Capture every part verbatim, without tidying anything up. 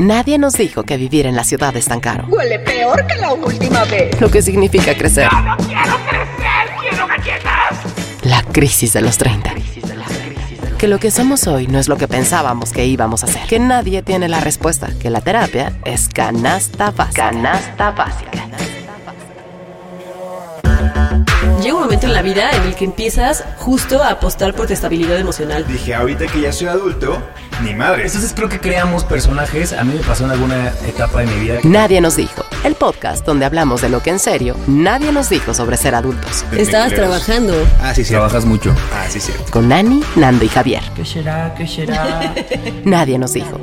Nadie nos dijo que vivir en la ciudad es tan caro. Huele peor que la última vez. Lo que significa crecer. ¡No, no quiero crecer! ¡Quiero galletas! La crisis de los treinta. Que lo que somos hoy no es lo que pensábamos que íbamos a ser. Que nadie tiene la respuesta. Que la terapia es canasta básica. Canasta básica. Llega un momento en la vida en el que empiezas justo a apostar por tu estabilidad emocional. Dije, ahorita que ya soy adulto, ni madre. Entonces creo que creamos personajes. A mí me pasó en alguna etapa de mi vida. Nadie nos dijo. El podcast donde hablamos de lo que en serio nadie nos dijo sobre ser adultos. Estabas trabajando. Ah, sí, sí. Trabajas mucho. Ah, sí, cierto. Con Nani, Nando y Javier. ¿Qué será? ¿Qué será? Nadie nos dijo.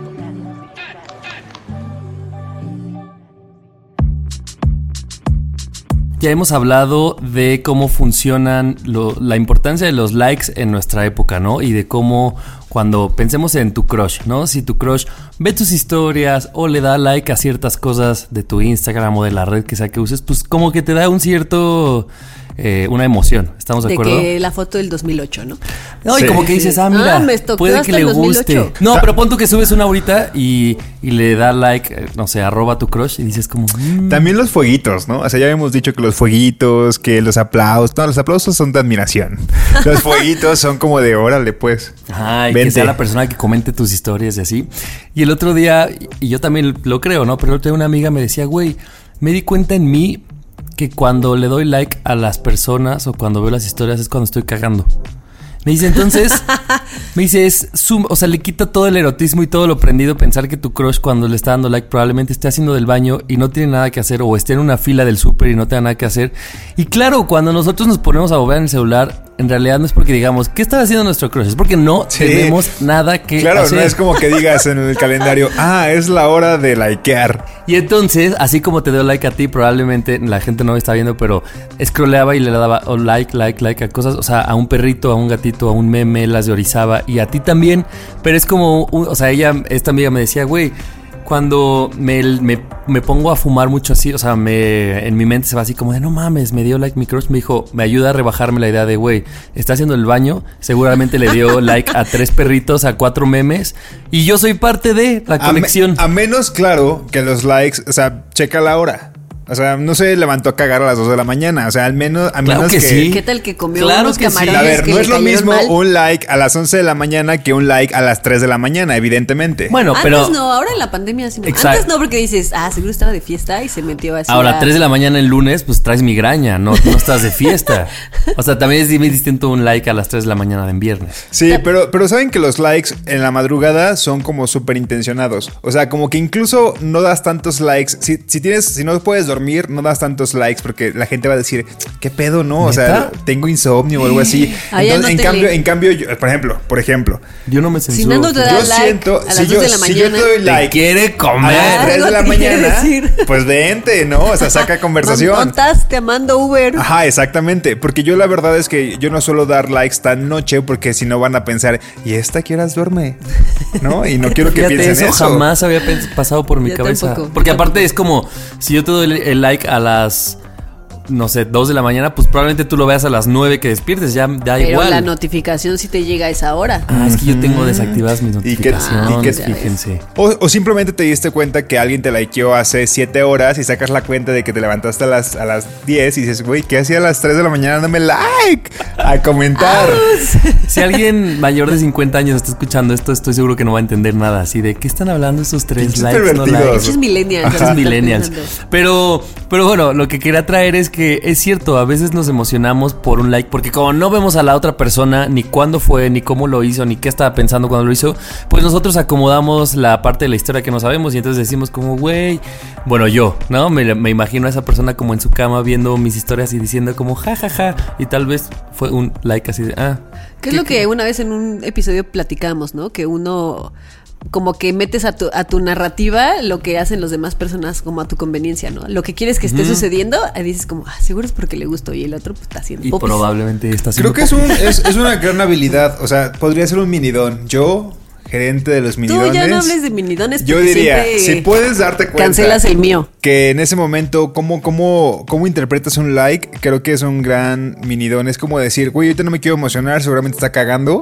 Ya hemos hablado de cómo funcionan lo, la importancia de los likes en nuestra época, ¿no? Y de cómo cuando pensemos en tu crush, ¿no? Si tu crush ve tus historias o le da like a ciertas cosas de tu Instagram o de la red que sea que uses, pues como que te da un cierto... Eh, una emoción, ¿estamos de, de acuerdo? De que la foto del dos mil ocho, ¿no? No, sí. y como que dices, ah, mira, ah, me estoqueó puede hasta que le el dos mil ocho. guste. No, pero pon tú que subes una ahorita y, y le da like, no sé, arroba a tu crush y dices como... Mm. También los fueguitos, ¿no? O sea, ya habíamos dicho que los fueguitos, que los aplausos... No, los aplausos son de admiración. Los fueguitos son como de órale, pues. Ajá, y Vente. que sea la persona que comente tus historias y así. Y el otro día, y yo también lo creo, ¿no? Pero el otro día una amiga me decía, güey, me di cuenta en mí que cuando le doy like a las personas o cuando veo las historias es cuando estoy cagando. Me dice, entonces, me dice, es sum, o sea, le quita todo el erotismo y todo lo prendido pensar que tu crush cuando le está dando like probablemente esté haciendo del baño y no tiene nada que hacer o esté en una fila del súper y no tenga nada que hacer. Y claro, cuando nosotros nos ponemos a bobear en el celular, en realidad no es porque digamos, ¿qué estaba haciendo nuestro crush? Es porque no Sí. tenemos nada que Claro, hacer. no es como que digas en el calendario, ah, es la hora de likear. Y entonces, así como te dio like a ti, probablemente la gente no me está viendo, pero scrolleaba y le daba oh, like, like, like a cosas, o sea, a un perrito, a un gatito, a un meme, las de Orizaba y a ti también. Pero es como, un, o sea, ella, esta amiga me decía, güey, cuando me, me, me pongo a fumar mucho así, o sea, me, en mi mente se va así como de no mames, me dio like mi crush, me dijo, me ayuda a rebajarme la idea de güey, está haciendo el baño, seguramente le dio like a tres perritos, a cuatro memes, y yo soy parte de la conexión. A, me, a menos, claro, que los likes, o sea, checa la hora. O sea, no se levantó a cagar a las dos de la mañana. O sea, al menos, a Claro menos que que... sí. ¿Qué tal que comió Claro unos que sí. camarones A ver, que no le es lo cayeron mismo mal? un like a las once de la mañana que un like a las tres de la mañana, evidentemente. Bueno, Antes pero no, ahora en la pandemia sí no. Exacto. Antes no, porque dices, ah, seguro estaba de fiesta y se metió así. ahora, a... tres de la mañana el lunes, pues traes migraña, no, no estás de fiesta. O sea, también es muy distinto un like a las tres de la mañana de en viernes. Sí, pero, pero saben que los likes en la madrugada son como súper intencionados. O sea, como que incluso no das tantos likes. Si, si tienes, si no puedes dormir, no das tantos likes porque la gente va a decir, ¿qué pedo, no? O sea, ¿Neta? tengo insomnio o algo así. Ay, Entonces, en anótele. cambio, en cambio, yo, por ejemplo, por ejemplo, Yo no me Si censuro. Nando te da yo like siento, a las si dos yo, de la si yo te mañana. doy Te like quiere a comer. las tres de Algo la te quiere mañana, decir. pues vente, ¿no? O sea, saca conversación. Notas, te mando Uber. Ajá, exactamente. Porque yo la verdad es que yo no suelo dar likes tan noche porque si no van a pensar, ¿y esta qué horas duerme? ¿No? Y no quiero que Fíjate, piensen eso, eso. jamás había pens- pasado por mi Yo cabeza. tampoco, Porque yo aparte tampoco. es como, si yo te doy el, el like a las, no sé, dos de la mañana, pues probablemente tú lo veas a las nueve que despiertes, ya da Pero igual. la notificación sí te llega a esa hora. Ah, es que yo tengo desactivadas mis ¿Y qué- notificaciones, y qué- fíjense. O, o simplemente te diste cuenta que alguien te likeó hace siete horas y sacas la cuenta de que te levantaste a las, a las diez y dices, güey, ¿qué hacía a las tres de la mañana? Dame like a comentar. Si alguien mayor de cincuenta años está escuchando esto, estoy seguro que no va a entender nada. Así de, ¿qué están hablando esos tres Pinches likes? No pervertidos. likes? Pinches millennials. Pinches están millennials. pensando. Pero, pero bueno, lo que quería traer es que es cierto, a veces nos emocionamos por un like, porque como no vemos a la otra persona, ni cuándo fue, ni cómo lo hizo, ni qué estaba pensando cuando lo hizo, pues nosotros acomodamos la parte de la historia que no sabemos y entonces decimos como, güey, bueno, yo, ¿no? Me, me imagino a esa persona como en su cama viendo mis historias y diciendo como, ja, ja, ja, y tal vez fue un like así de, ah. ¿Qué es lo que una vez en un episodio platicamos, no? Que uno como que metes a tu, a tu narrativa lo que hacen los demás personas como a tu conveniencia, ¿no? Lo que quieres que esté Ujú. sucediendo, ahí dices como, ah, seguro es porque le gustó y el otro pues está haciendo Y popis. probablemente está haciendo Creo que es, un, es, es una gran habilidad. O sea, podría ser un minidón. Yo, gerente de los minidones. Tú ya no hables de minidones Yo porque diría, siempre si puedes darte cuenta cancelas el mío. que en ese momento, ¿cómo, cómo, cómo interpretas un like? Creo que es un gran minidón. Es como decir, güey, ahorita no me quiero emocionar, seguramente está cagando.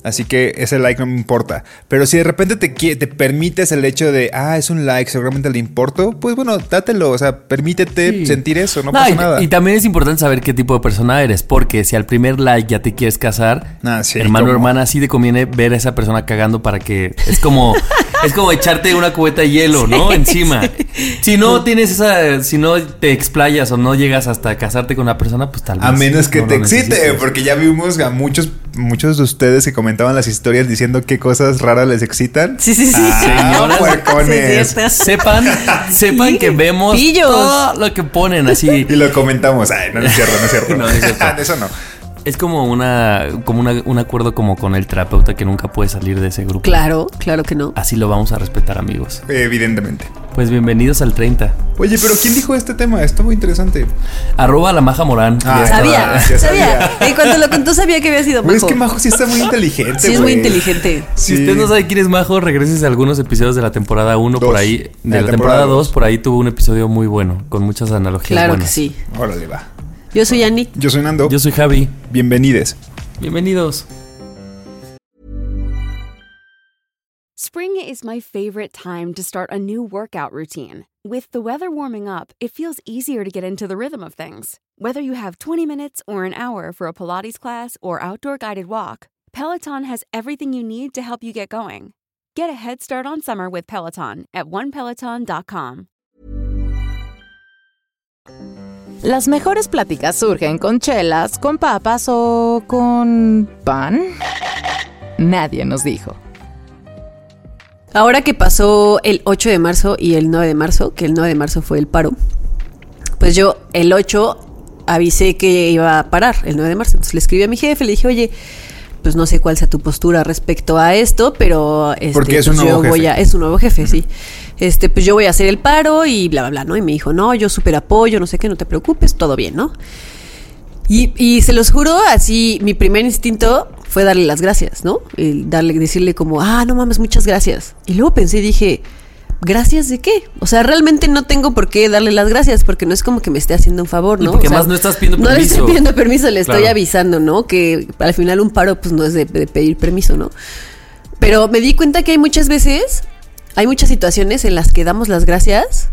Así que ese like no me importa. Pero si de repente te, te permites el hecho de, ah, es un like, seguramente le importo, pues bueno, dátelo. O sea, permítete sí. sentir eso, no, no pasa y, nada. Y también es importante saber qué tipo de persona eres, porque si al primer like ya te quieres casar, ah, sí, hermano o hermana, sí te conviene ver a esa persona cagando para que... Es como... Es como echarte una cubeta de hielo, ¿no? Sí, Encima. Sí. Si no tienes esa... Si no te explayas o no llegas hasta casarte con una persona, pues tal vez... A menos que no te excite, porque ya vimos a muchos... Muchos de ustedes que comentaban las historias diciendo qué cosas raras les excitan. Sí, sí, sí. Ah, señoras, puercones. Sí, sepan, sepan sí. que vemos Pillos. todo lo que ponen así. Y lo comentamos. Ay, no, no es cierto, no es cierto. no, no es cierto. Eso no. Es como una como una, un acuerdo como con el terapeuta que nunca puede salir de ese grupo. Claro, claro que no. Así lo vamos a respetar, amigos. Evidentemente. Pues bienvenidos al treinta. Oye, pero ¿quién dijo este tema? Está muy interesante. Arroba la Maja Morán. Ah, sabía, sabía, sabía. Y cuando lo contó sabía que había sido Majo. Es que Majo sí está muy inteligente. Sí, es wey. muy inteligente. Si sí. usted no sabe quién es Majo, regrese a algunos episodios de la temporada uno por ahí. De, de la, la temporada dos, por ahí tuvo un episodio muy bueno, con muchas analogías Claro buenas. que sí. Órale, va. Yo soy Annie. Yo soy Nando. Yo soy Javi. Bienvenides. Bienvenidos. Spring is my favorite time to start a new workout routine. With the weather warming up, it feels easier to get into the rhythm of things. Whether you have twenty minutes or an hour for a Pilates class or outdoor guided walk, Peloton has everything you need to help you get going. Get a head start on summer with Peloton at one peloton dot com. Las mejores pláticas surgen con chelas, con papas o con pan. Nadie nos dijo. Ahora que pasó el ocho de marzo y el nueve de marzo, que el nueve de marzo fue el paro, pues yo el ocho avisé que iba a parar el nueve de marzo. Entonces le escribí a mi jefe, le dije, oye, pues no sé cuál sea tu postura respecto a esto, pero este, porque es pues un nuevo yo jefe. voy a, es un nuevo jefe, sí. Este, pues yo voy a hacer el paro y bla, bla, bla, ¿no? Y me dijo, no, yo súper apoyo, no sé qué, no te preocupes, todo bien, ¿no? Y, y se los juro, así, mi primer instinto fue darle las gracias, ¿no? El darle, decirle como, ah, no mames, muchas gracias. Y luego pensé y dije, ¿gracias de qué? O sea, realmente no tengo por qué darle las gracias, porque no es como que me esté haciendo un favor, ¿no? Y porque o sea, más no estás pidiendo permiso. No le estoy pidiendo permiso, le estoy claro. avisando, ¿no? Que al final un paro, pues no es de, de pedir permiso, ¿no? Pero me di cuenta que hay muchas veces, hay muchas situaciones en las que damos las gracias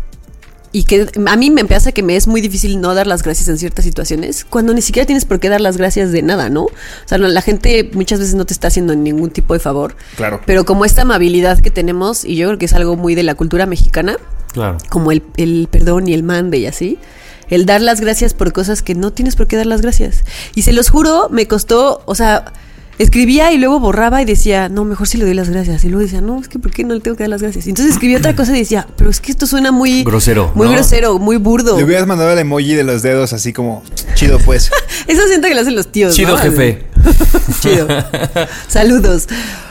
y que a mí me pasa que me es muy difícil no dar las gracias en ciertas situaciones, cuando ni siquiera tienes por qué dar las gracias de nada, ¿no? O sea, la gente muchas veces no te está haciendo ningún tipo de favor. Claro. Pero como esta amabilidad que tenemos, y yo creo que es algo muy de la cultura mexicana, claro, como el, el perdón y el mande y así, el dar las gracias por cosas que no tienes por qué dar las gracias. Y se los juro, me costó, o sea, escribía y luego borraba y decía, no, mejor sí le doy las gracias. Y luego decía, no, es que ¿por qué no le tengo que dar las gracias? Y entonces escribí otra cosa y decía, pero es que esto suena muy... grosero. Muy ¿no? grosero, muy burdo. Le hubieras mandado el emoji de los dedos así como, chido pues. Eso siento que lo hacen los tíos, chido, ¿no? jefe. Chido. Saludos.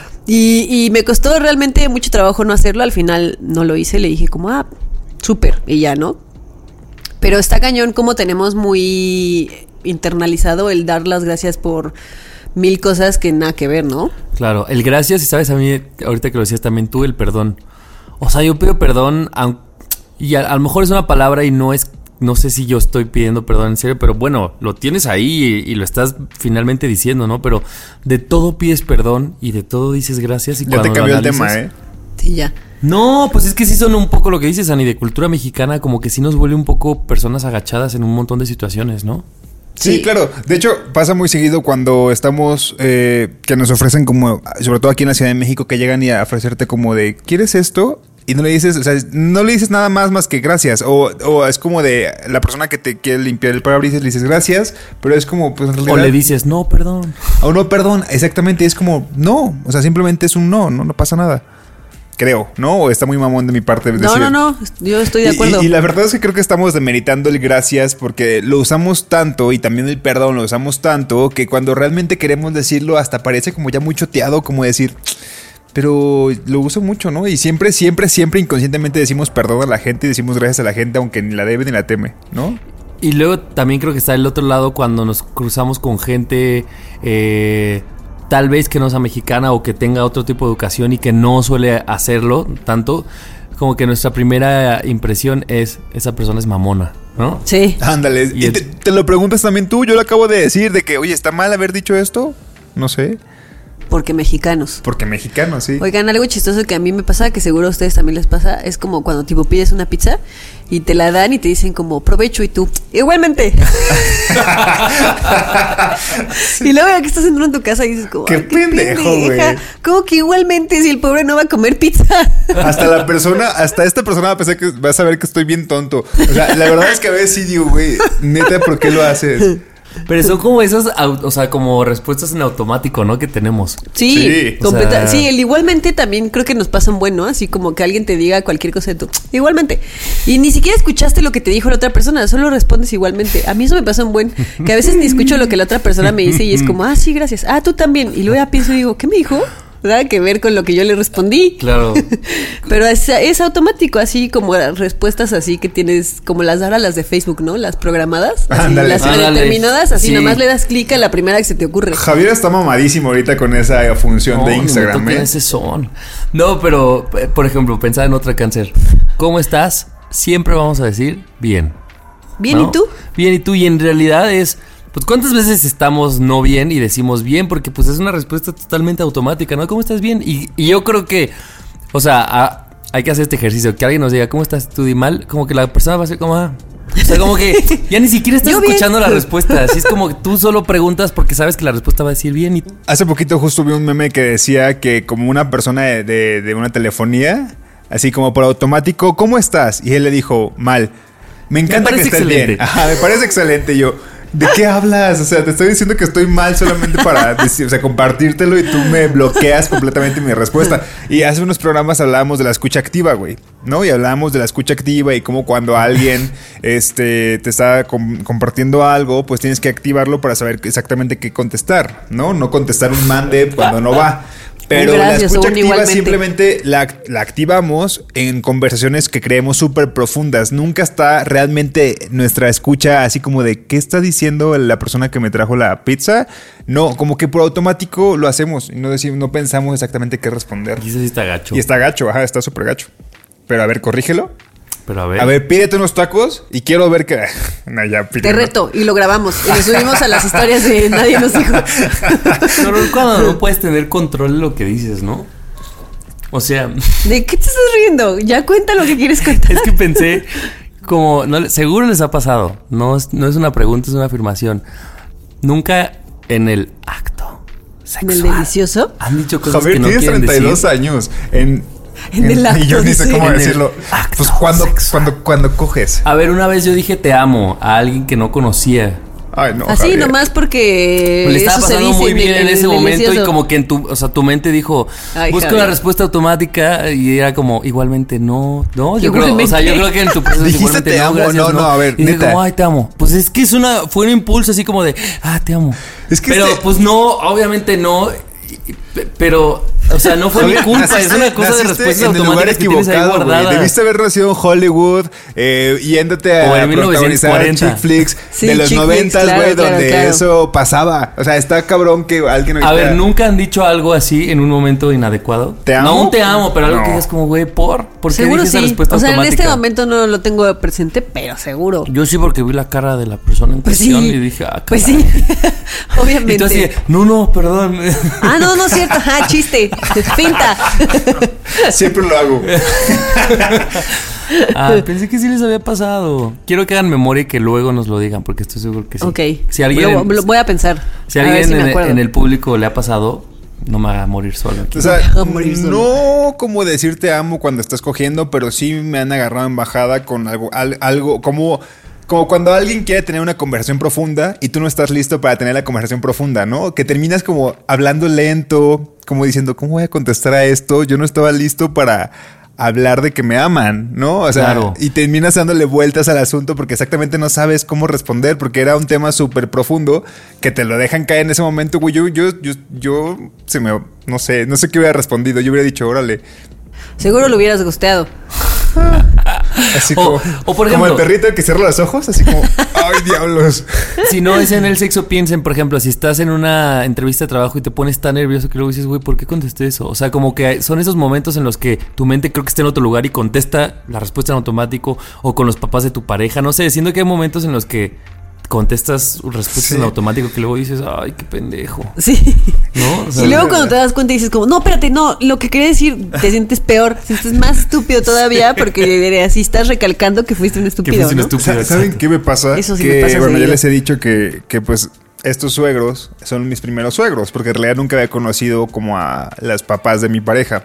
Y, y me costó realmente mucho trabajo no hacerlo. Al final no lo hice, le dije como, ah, súper, y ya, ¿no? Pero está cañón como tenemos muy internalizado el dar las gracias por mil cosas que nada que ver, ¿no? Claro, el gracias, y sabes, a mí, ahorita que lo decías también tú, el perdón. O sea, yo pido perdón, y a, a lo mejor es una palabra y no es, no sé si yo estoy pidiendo perdón en serio, pero bueno, lo tienes ahí y, y lo estás finalmente diciendo, ¿no? Pero de todo pides perdón y de todo dices gracias. Y ya te cambió el tema, ¿eh? Sí, ya. No, pues es que sí son un poco lo que dices, Ani, de cultura mexicana, como que sí nos vuelve un poco personas agachadas en un montón de situaciones, ¿no? Sí, Sí. claro. De hecho, pasa muy seguido cuando estamos, eh, que nos ofrecen como, sobre todo aquí en la Ciudad de México, que llegan y a ofrecerte como de, ¿quieres esto? Y no le dices, o sea, no le dices nada más más que gracias. O, o es como de la persona que te quiere limpiar el parabrisas, le dices gracias, pero es como, pues en realidad... O le dices, no, perdón. O no, perdón, exactamente, es como, no. O sea, simplemente es un no, no, no pasa nada. Creo, ¿no? O está muy mamón de mi parte decir. No, no, no, yo estoy de acuerdo. Y, y, y la verdad es que creo que estamos demeritando el gracias porque lo usamos tanto, y también el perdón lo usamos tanto, que cuando realmente queremos decirlo hasta parece como ya muy choteado, como decir, pero lo uso mucho, ¿no? Y siempre, siempre, siempre inconscientemente decimos perdón a la gente y decimos gracias a la gente, aunque ni la debe ni la teme, ¿no? Y luego también creo que está el otro lado cuando nos cruzamos con gente... Eh, tal vez que no sea mexicana o que tenga otro tipo de educación y que no suele hacerlo tanto, como que nuestra primera impresión es, esa persona es mamona, ¿no? Sí. Ándale. Y, y te, te lo preguntas también tú, yo lo acabo de decir, de que, oye, ¿está mal haber dicho esto? No sé. Porque mexicanos. Porque mexicanos, sí. Oigan, algo chistoso que a mí me pasa, que seguro a ustedes también les pasa, es como cuando tipo pides una pizza y te la dan y te dicen como provecho y tú, igualmente. Y luego ya que estás entrando en tu casa y dices como, qué, ay, qué pendejo, güey. ¿Cómo que igualmente si el pobre no va a comer pizza? Hasta la persona, hasta esta persona va a pensar que vas a ver que estoy bien tonto. O sea, la verdad es que a veces sí digo, güey, neta, ¿por qué lo haces? Pero son como esas, au- o sea, como respuestas en automático, ¿no? Que tenemos. Sí, Sí, completa- o sea- sí, el igualmente también creo que nos pasa un buen, ¿no? Así como que alguien te diga cualquier cosa de tú, igualmente. Y ni siquiera escuchaste lo que te dijo la otra persona, solo respondes igualmente. A mí eso me pasa un buen, que a veces ni escucho lo que la otra persona me dice y es como, ah, sí, gracias. Ah, tú también. Y luego ya pienso y digo, ¿qué me dijo? Nada que ver con lo que yo le respondí. Claro. Pero es, es automático, así como las respuestas así que tienes, como las ahora las de Facebook, ¿no? Las programadas, así, Ándale. las Ándale. predeterminadas, así Sí. nomás le das clic a la primera que se te ocurre. Javier está mamadísimo ahorita con esa función No, de ni me Instagram, toquen ¿eh? ese son. No, pero, eh, por ejemplo, pensar en otra cáncer. ¿Cómo estás? Siempre vamos a decir bien. Bien, ¿no? ¿y tú? Bien, ¿y tú? Y en realidad es... Pues ¿cuántas veces estamos no bien y decimos bien? Porque pues es una respuesta totalmente automática, ¿no? ¿Cómo estás bien? Y, y yo creo que, o sea, a- hay que hacer este ejercicio. Que alguien nos diga, ¿cómo estás tú? Di mal. Como que la persona va a ser como, ah. O sea, como que ya ni siquiera estás Yo bien. escuchando la respuesta. Así es como que tú solo preguntas porque sabes que la respuesta va a decir bien. Y Hace poquito justo vi un meme que decía que como una persona de, de- de una telefonía, así como por automático, ¿cómo estás? Y él le dijo, mal. Me encanta que parece estés bien. excelente. Ajá, me parece excelente. Y yo, ¿de qué hablas? O sea, te estoy diciendo que estoy mal solamente para decir, o sea, compartírtelo y tú me bloqueas completamente mi respuesta. Y hace unos programas hablábamos de la escucha activa, güey, ¿no? Y hablábamos de la escucha activa y cómo cuando alguien este, te está com- compartiendo algo, pues tienes que activarlo para saber exactamente qué contestar, ¿no? No contestar un mande cuando no va. Pero Gracias, la escucha un activa igualmente. simplemente la, la activamos en conversaciones que creemos súper profundas. Nunca está realmente nuestra escucha así como de ¿qué está diciendo la persona que me trajo la pizza? No, como que por automático lo hacemos y no decimos, no pensamos exactamente qué responder. eso sí está gacho. Y está gacho, ajá, está súper gacho. Pero a ver, corrígelo. Pero a ver. A ver, pídete unos tacos y quiero ver que... No, ya, Te pídeme. reto y lo grabamos y lo subimos a las historias de Nadie Nos Dijo. Pero cuando no puedes tener control de lo que dices, ¿no? O sea, ¿De qué te estás riendo? Ya cuenta lo que quieres contar. es que pensé como, no, le- seguro les ha pasado. No es, no es una pregunta, es una afirmación. Nunca en el acto ¿En el sexual delicioso? han dicho cosas Javier, que no tienes quieren treinta y dos decir. años. En, En el acto, y yo ni sé dice. cómo En el decirlo. acto Pues cuando, sexual. cuando, cuando coges. A ver, una vez yo dije te amo a alguien que no conocía. Ay, no, Así Javier. nomás porque Le estaba eso se pasando dice muy en bien el- en ese el momento y delicioso. como que en tu, o sea, tu mente dijo, Ay, busca Javier. una respuesta automática y era como, igualmente no, no, yo creo, o sea, yo creo que en tu proceso Dijiste igualmente te no, amo, gracias, no, no, a ver, y dije neta. como, ay, te amo. Pues es que es una, fue un impulso así como de, ah, te amo. Es que pero este- pues no, obviamente no, y- y- pe- pero, o sea, no fue mi Javier, culpa, es naciste- una cosa de naciste respuestas en el lugar automáticas que tienes ahí equivocado, güey. guardadas. Debiste haber nacido en Hollywood, eh, yéndote O a en mil novecientos protagonizar cuarenta. chick flicks Sí, de los chick flicks, noventas, claro, güey, claro, donde claro. eso pasaba. O sea, está cabrón que alguien A ahorita- ver, ¿nunca han dicho algo así en un momento inadecuado? ¿Te amo? No un te amo, pero algo No. que digas como, güey, ¿por? ¿Por qué Seguro dije esa sí. respuesta O sea, en automática? este momento no lo tengo presente, pero seguro. Yo sí, porque vi la cara de la persona en Pues cuestión sí. y dije, ah, Pues caray. sí. Obviamente. Y tú así, de, no, no, perdón. Ah, no, no es cierto. Ah, chiste. Finta. Siempre lo hago. Ah, pensé que sí les había pasado. Quiero que hagan memoria y que luego nos lo digan, porque estoy seguro que sí. Ok. Si alguien, Lo, lo voy a pensar. si A ver alguien si me en, acuerdo. en el público le ha pasado, no me haga morir solo aquí. O sea, a morir solo. no como decir te amo cuando estás cogiendo, pero sí me han agarrado en bajada con algo, al- algo como, como cuando alguien quiere tener una conversación profunda y tú no estás listo para tener la conversación profunda, ¿no? Que terminas como hablando lento, como diciendo, ¿cómo voy a contestar a esto? Yo no estaba listo para hablar de que me aman, ¿no? O sea, Claro. y terminas dándole vueltas al asunto porque exactamente no sabes cómo responder porque era un tema súper profundo que te lo dejan caer en ese momento, güey. Yo, yo, yo, yo, se me, no sé, no sé qué hubiera respondido. Yo hubiera dicho, órale. Seguro lo hubieras gusteado. Así O- como, o por como el ejemplo- perrito que cierra los ojos, así como, ay, diablos. Si no es en el sexo, piensen, por ejemplo, si estás en una entrevista de trabajo y te pones tan nervioso que luego dices, güey, ¿por qué contesté eso? O sea, como que son esos momentos en los que tu mente creo que está en otro lugar y contesta la respuesta en automático, o con los papás de tu pareja, no sé, siento que hay momentos en los que contestas respuestas Sí. en automático que luego dices, ay, qué pendejo. Sí. ¿No? O sea, Y luego cuando te das cuenta dices como, no, espérate, no, lo que quería decir, te sientes peor, te sientes más estúpido todavía porque así estás recalcando que fuiste un estúpido, fuiste un ¿no? estúpido. Sa- ¿Saben qué me pasa? Eso sí que, me pasa bueno, ya seguido. les he dicho que, que pues estos suegros son mis primeros suegros, porque en realidad nunca había conocido como a las papás de mi pareja.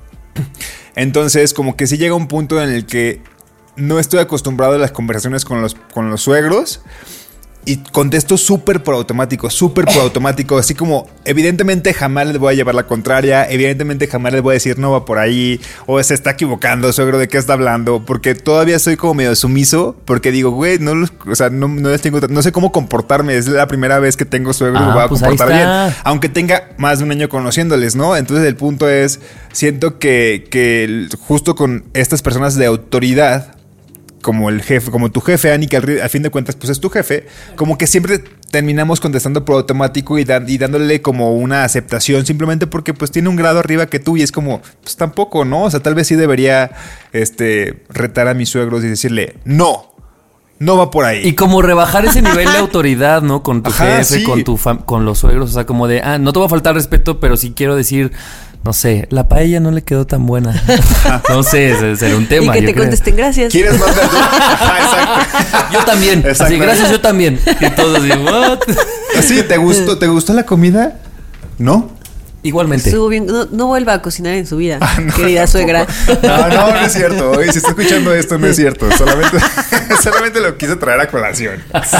Entonces, como que sí llega un punto en el que no estoy acostumbrado a las conversaciones con los, con los suegros. Y contesto súper por automático, súper por automático. Así como, evidentemente jamás les voy a llevar la contraria. Evidentemente jamás les voy a decir, no va por ahí. O se está equivocando, suegro, ¿de qué está hablando? Porque todavía soy como medio sumiso. Porque digo, güey, no, los- o sea, no, no les tengo, no sé cómo comportarme. Es la primera vez que tengo suegro y Ah, me voy a pues ahí comportar bien. está. Aunque tenga más de un año conociéndoles, ¿no? Entonces el punto es, siento que, que el- justo con estas personas de autoridad, como el jefe, como tu jefe, Ani, que al, ri- al fin de cuentas pues es tu jefe, como que siempre terminamos contestando por automático y, dan- y dándole como una aceptación simplemente porque pues tiene un grado arriba que tú y es como, pues tampoco, ¿no? O sea, tal vez sí debería este, retar a mis suegros y decirle, no, no va por ahí. Y como rebajar ese nivel de autoridad, ¿no? Con tu Ajá, jefe, sí. con tu fam- con los suegros. O sea, como de, ah, no te va a faltar respeto, pero sí quiero decir, no sé, la paella no le quedó tan buena. No sé, ese será un tema. Y que yo te creo. contesten gracias. ¿Quieres más verdura? Ajá, exacto. Yo también. Así, Exacto. gracias, yo también. Y todos así, what? Así, ¿te gustó, ¿te gustó la comida? ¿No? Igualmente. Estuvo bien. No, no vuelva a cocinar en su vida, Ah, no, querida suegra. No, no, no es cierto. Oye, si está escuchando esto, no es cierto. Solamente, solamente lo quise traer a colación.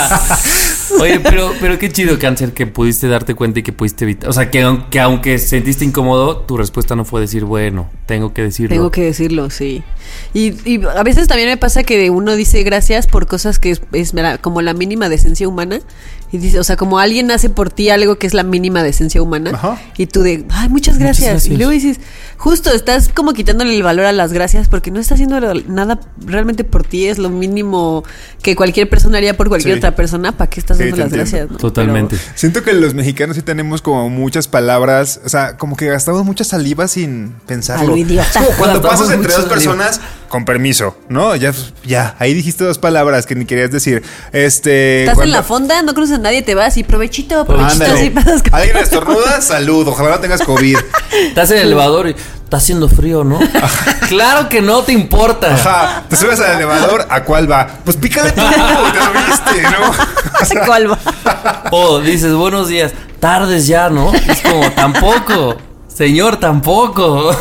Oye, pero, pero qué chido, Cáncer, que pudiste darte cuenta y que pudiste evitar. O sea, que, aun- que aunque sentiste incómodo, tu respuesta no fue decir, bueno, tengo que decirlo. Tengo que decirlo, sí. Y, y a veces también me pasa que uno dice gracias por cosas que es, es la- como la mínima decencia humana. Y dice, o sea, como alguien hace por ti algo que es la mínima decencia humana. Ajá. Y tú de, ay, muchas gracias. gracias. Y luego dices, justo estás como quitándole el valor a las gracias porque no está haciendo lo- nada realmente por ti. Es lo mínimo que cualquier persona haría por cualquier Sí. otra persona. ¿Para qué estás Sí, dando te las entiendo. gracias? ¿no? Totalmente. Siento que los mexicanos sí tenemos como muchas palabras, o sea, como que gastamos mucha saliva sin pensarlo. A lo idiota. Es como cuando Gastamos pasas entre mucha dos saliva. personas, con permiso, ¿no? Ya, ya, ahí dijiste dos palabras que ni querías decir. Este. Estás en cuando- la fonda, no conoces a nadie, te vas y provechito, provechito. Ándale. Así pasas con- Alguien estornuda, salud. Ojalá no tengas COVID. Estás en el elevador y está haciendo frío, ¿no? Claro que no te importa. Ajá. Te subes al elevador, ¿a cuál va? Pues pícale tú, te subiste, ¿no? O sea, ¿Cuál va? O dices, buenos días, tardes ya, ¿no? Es como, tampoco. Señor, tampoco.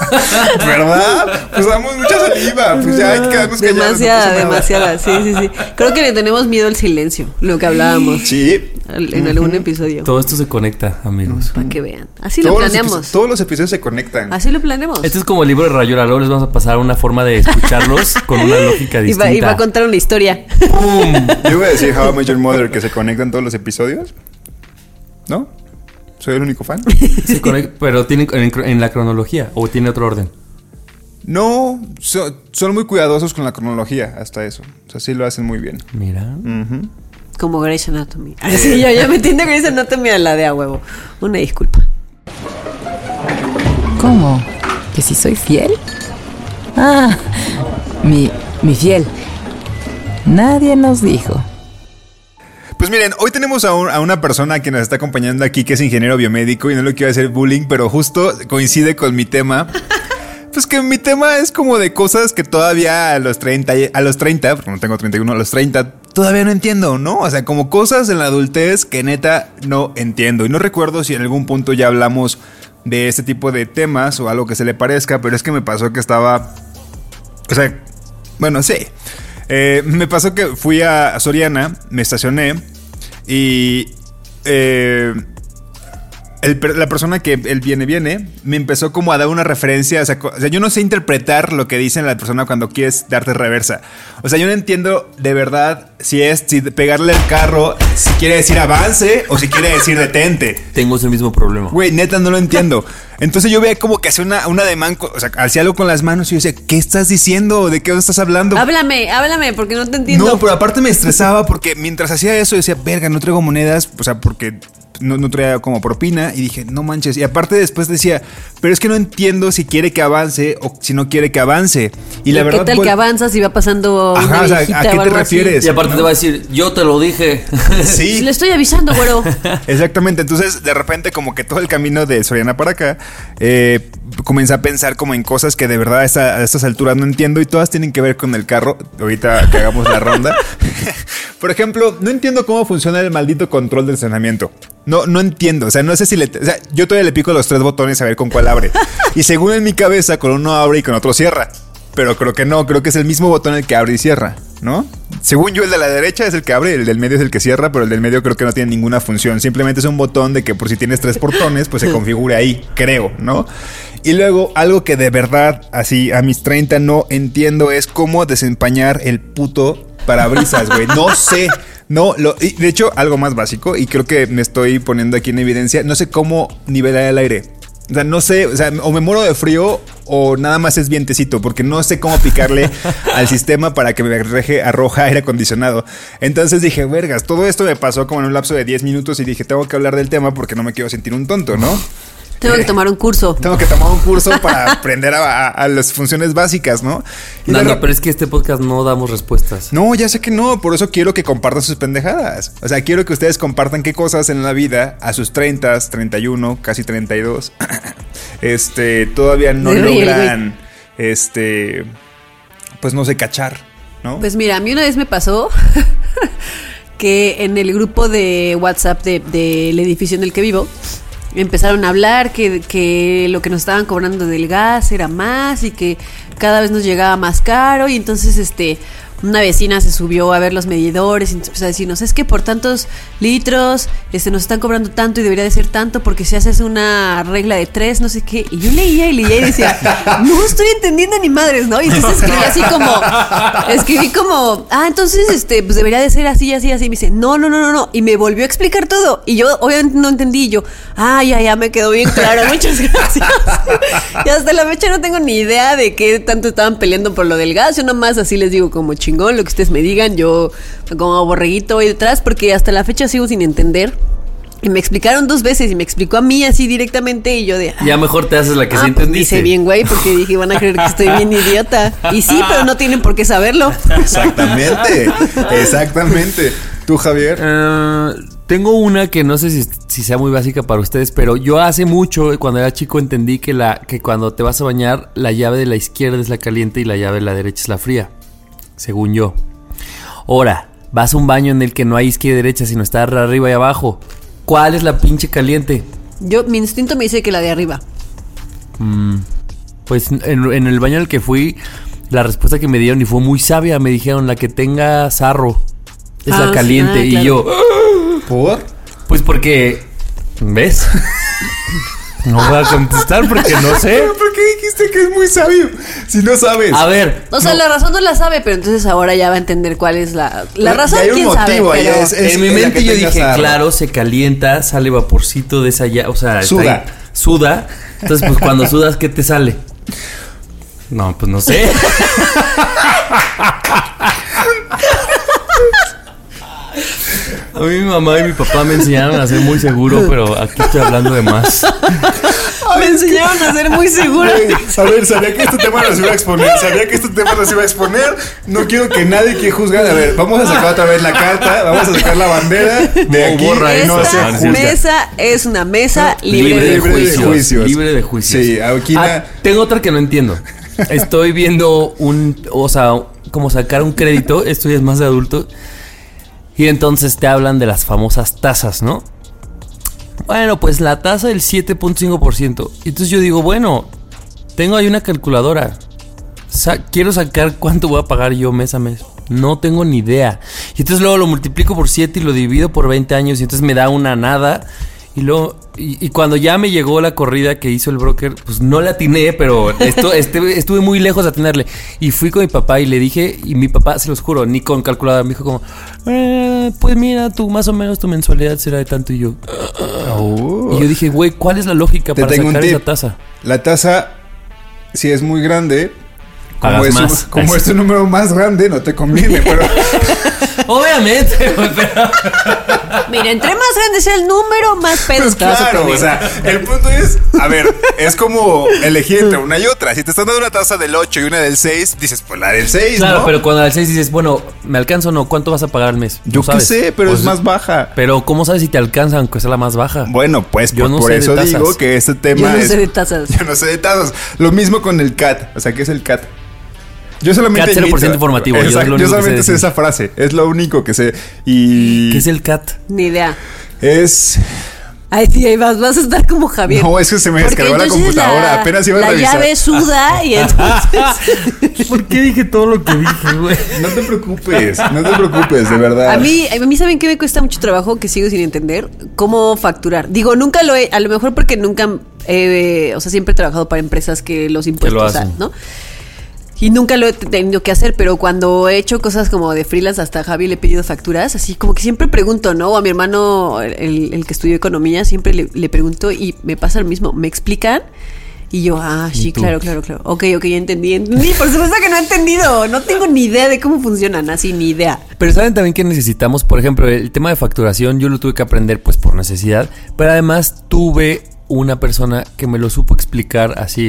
¿verdad? Pues damos mucha saliva. Pues ya hay que quedarnos callados. no Demasiada, pasa nada. demasiada. Sí, sí, sí. Creo que le tenemos miedo al silencio, lo que hablábamos Sí. al- en algún episodio. Todo esto se conecta, amigos. Para que vean. Así lo Todos los, planeamos. episodios, todos los episodios se conectan. Así lo planeamos. Este es como el libro de Rayola. Luego les vamos a pasar una forma de escucharlos con una lógica Y distinta. va, y va a contar una historia. ¡Pum! Yo iba a decir How I Met Your Mother que se conectan todos los episodios. ¿No? ¿Soy el único fan? Se conecta, pero tiene en, en la cronología o tiene otro orden. No, so- son muy cuidadosos con la cronología, hasta eso. O sea, sí lo hacen muy bien. Mira. Ujú. Como Grey's Anatomy. Así, ya, ya me entiendo Grey's Anatomy a la de a huevo. Una disculpa. ¿Cómo? ¿Que si soy fiel? Ah, mi, mi fiel. Nadie nos dijo. Pues miren, hoy tenemos a, un- a una persona que nos está acompañando aquí que es ingeniero biomédico y no le quiero hacer bullying, pero justo coincide con mi tema. Pues que mi tema es como de cosas que todavía a los treinta, a los treinta, porque no tengo treinta y uno, a los treinta todavía no entiendo, ¿no? O sea, como cosas en la adultez que neta no entiendo. Y no recuerdo si en algún punto ya hablamos de este tipo de temas o algo que se le parezca, pero es que me pasó que estaba... O sea, bueno, sí. Eh, me pasó que fui a Soriana, me estacioné y... Eh, el per- la persona que él viene, viene, me empezó como a dar una referencia. O sea, co- o sea, yo no sé interpretar lo que dice la persona cuando quieres darte reversa. O sea, yo no entiendo de verdad si es si pegarle el carro, si quiere decir avance o si quiere decir detente. Tengo ese mismo problema. Güey, neta, no lo entiendo. Entonces yo veía como que hacía una, una ademán, co- o sea, hacía algo con las manos y yo decía, ¿qué estás diciendo? ¿De qué estás hablando? Háblame, háblame, porque no te entiendo. No, pero aparte me estresaba porque mientras hacía eso decía, verga, no traigo monedas, o sea, porque no, no traía como propina y dije, no manches. Y aparte después decía, pero es que no entiendo si quiere que avance o si no quiere que avance. Y la ¿Qué verdad, tal pues, que avanzas y va pasando ajá, una o sea, viejita ¿a qué o te algo así? refieres? Y aparte ¿no? te va a decir, yo te lo dije. Sí. Le estoy avisando, güero. Exactamente, entonces de repente como que todo el camino de Soriana para acá eh, comencé a pensar como en cosas que de verdad a, esta, a estas alturas no entiendo y todas tienen que ver con el carro. Ahorita que hagamos la ronda. Por ejemplo, no entiendo cómo funciona el maldito control del estacionamiento. No, no entiendo, o sea, no sé si le... O sea, yo todavía le pico los tres botones a ver con cuál abre. Y según en mi cabeza, con uno abre y con otro cierra. Pero creo que no, creo que es el mismo botón el que abre y cierra, ¿no? Según yo, el de la derecha es el que abre, el del medio es el que cierra, pero el del medio creo que no tiene ninguna función. Simplemente es un botón de que por si tienes tres botones, pues se configure ahí, creo, ¿no? Y luego, algo que de verdad, así a mis treinta no entiendo es cómo desempañar el puto parabrisas, güey. No sé. No, lo, y de hecho, algo más básico, y creo que me estoy poniendo aquí en evidencia, no sé cómo nivelar el aire. O sea, no sé, o sea, o me muero de frío o nada más es vientecito, porque no sé cómo picarle al sistema para que me arroje, arroja aire acondicionado. Entonces dije, vergas, todo esto me pasó como en un lapso de diez minutos y dije, tengo que hablar del tema porque no me quiero sentir un tonto, ¿no? Tengo que tomar un curso. Tengo que tomar un curso para aprender a, a, a las funciones básicas, ¿no? Y No, de no, rep- pero es que este podcast no damos respuestas. No, ya sé que no, por eso quiero que compartan sus pendejadas. O sea, quiero que ustedes compartan qué cosas en la vida a sus treinta, treinta y uno, casi treinta y dos, este, todavía no Se ríe el logran, este, pues no sé, cachar, ¿no? Pues mira, a mí una vez me pasó que en el grupo de WhatsApp de- del edificio en el que vivo empezaron a hablar que, que lo que nos estaban cobrando del gas era más y que cada vez nos llegaba más caro y entonces este una vecina se subió a ver los medidores y empezó a decirnos, es que por tantos litros este, nos están cobrando tanto y debería de ser tanto porque si haces una regla de tres, no sé qué. Y yo leía y leía y decía, no estoy entendiendo ni madres, ¿no? Y entonces escribí así como, escribí como, ah, entonces este, pues debería de ser así, así, así. Y me dice, no, no, no, no, no. Y me volvió a explicar todo. Y yo obviamente no entendí. Y yo, ah, ya, ya me quedó bien claro. Muchas gracias. Y hasta la fecha no tengo ni idea de qué tanto estaban peleando por lo del gas. Yo nomás así les digo como chingón, lo que ustedes me digan, yo como borreguito voy detrás, porque hasta la fecha sigo sin entender. Y me explicaron dos veces y me explicó a mí así directamente y yo de... Ah, Ya mejor te haces la que ah, sí pues entendiste. hice bien, güey, porque dije, van a creer que estoy bien idiota. Y sí, pero no tienen por qué saberlo. Exactamente, exactamente. ¿Tú, Javier? Eh, tengo una que no sé si, si sea muy básica para ustedes, pero yo hace mucho, cuando era chico, entendí que, la, que cuando te vas a bañar, la llave de la izquierda es la caliente y la llave de la derecha es la fría. Según yo. Ahora, vas a un baño en el que no hay izquierda y derecha, sino está arriba y abajo. ¿Cuál es la pinche caliente? Yo, mi instinto me dice que la de arriba. Mm, pues en, en el baño al que fui, la respuesta que me dieron y fue muy sabia. Me dijeron, la que tenga sarro es Ah, la caliente. sí, ah, y claro. yo, ¿Por? pues porque... ¿Ves? No voy a contestar porque no sé. ¿Por qué dijiste que es muy sabio? Si no sabes. A ver. O sea, no. la razón no la sabe, pero entonces ahora ya va a entender cuál es la... La Pero razón, ya hay un quién motivo, sabe, ya pero... es- es- En mi es la mente que yo tenga dije, sarro. claro, se calienta, sale vaporcito de esa llave, o sea, está Suda. ahí, suda. Entonces, pues cuando sudas, ¿qué te sale? No, pues no sé. A mí mi mamá y mi papá me enseñaron a ser muy seguro, pero aquí estoy hablando de más. Me enseñaron a ser muy segura. Güey, a ver, sabía que este tema nos iba a exponer. Sabía que este tema nos iba a exponer. No quiero que nadie que juzgue. A ver, vamos a sacar otra vez la carta. Vamos a sacar la bandera de No, aquí. borra y no eso, se Esta juzga. mesa es una mesa libre, Libre de, de Libre de juicios, juicios. Libre de juicios. Sí, aquí Ah, na- tengo otra que no entiendo. Estoy viendo un, o sea, como sacar un crédito. Esto ya es más de adulto. Y entonces te hablan de las famosas tasas, ¿no? Bueno, pues la tasa del siete punto cinco por ciento. Y entonces yo digo, bueno, tengo ahí una calculadora. Sa- quiero sacar cuánto voy a pagar yo mes a mes. No tengo ni idea. Y entonces luego lo multiplico por siete y lo divido por veinte años. Y entonces me da una nada. Y luego, y, y cuando ya me llegó la corrida que hizo el broker, pues no la atiné, pero esto, este, estuve muy lejos de atinarle. Y fui con mi papá y le dije, y mi papá, se los juro, ni con calculadora, me dijo como, eh, pues mira, tú más o menos tu mensualidad será de tanto. Y yo, Oh. y yo dije, güey, ¿cuál es la lógica Te para tengo un sacar esa tip. tasa? La tasa, si es muy grande, como, Pagas es, un- más. como es un número más grande, no te conviene. Pero Obviamente, güey, pero... Mira, entre más grande sea el número, más pedos Pues te vas a claro, tener. o sea, el punto es, a ver, es como elegir entre una y otra. Si te están dando una taza del ocho y una del seis, dices, pues la del seis, Claro, ¿no? pero cuando al seis dices, bueno, ¿me alcanza o no? ¿Cuánto vas a pagar al mes? Yo No qué sabes. sé, pero Pues, es más baja. Pero ¿cómo sabes si te alcanza aunque sea la más baja? Bueno, pues Yo por, no por sé de eso tazas. digo que este tema Yo no es... sé de tazas. Yo no sé de tazas. Lo mismo con el cat. O sea, ¿qué es el cat? Yo solamente... Cat cero por ciento imito. informativo, yo es lo Exacto, yo, único que solamente sé sé decir. esa frase. Es lo único que sé. Y... ¿Qué es el cat? Ni idea. Es... Ay, sí, ahí vas, vas a estar como Javier. No, es que se me Porque descargó la entonces computadora. Apenas iba a la revisar. llave suda y entonces... ¿Por qué dije todo lo que dije, güey? No te preocupes, no te preocupes, de verdad. A mí, a mí saben que me cuesta mucho trabajo, que sigo sin entender cómo facturar. Digo, nunca lo he, a lo mejor porque nunca, eh, o sea, siempre he trabajado para empresas que los impuestos, lo o sea, hacen. ¿no? Y nunca lo he tenido que hacer, pero cuando he hecho cosas como de freelance, hasta a Javi le he pedido facturas, así como que siempre pregunto, ¿no? O a mi hermano, el, el que estudió economía, siempre le, le pregunto y me pasa lo mismo. Me explican y yo, ah, sí, tú? claro, claro, claro. Ok, ok, ya entendí, entendí. Por supuesto que no he entendido. No tengo ni idea de cómo funcionan, así, ni idea. Pero saben también que necesitamos, por ejemplo, el tema de facturación, yo lo tuve que aprender pues por necesidad, pero además tuve una persona que me lo supo explicar así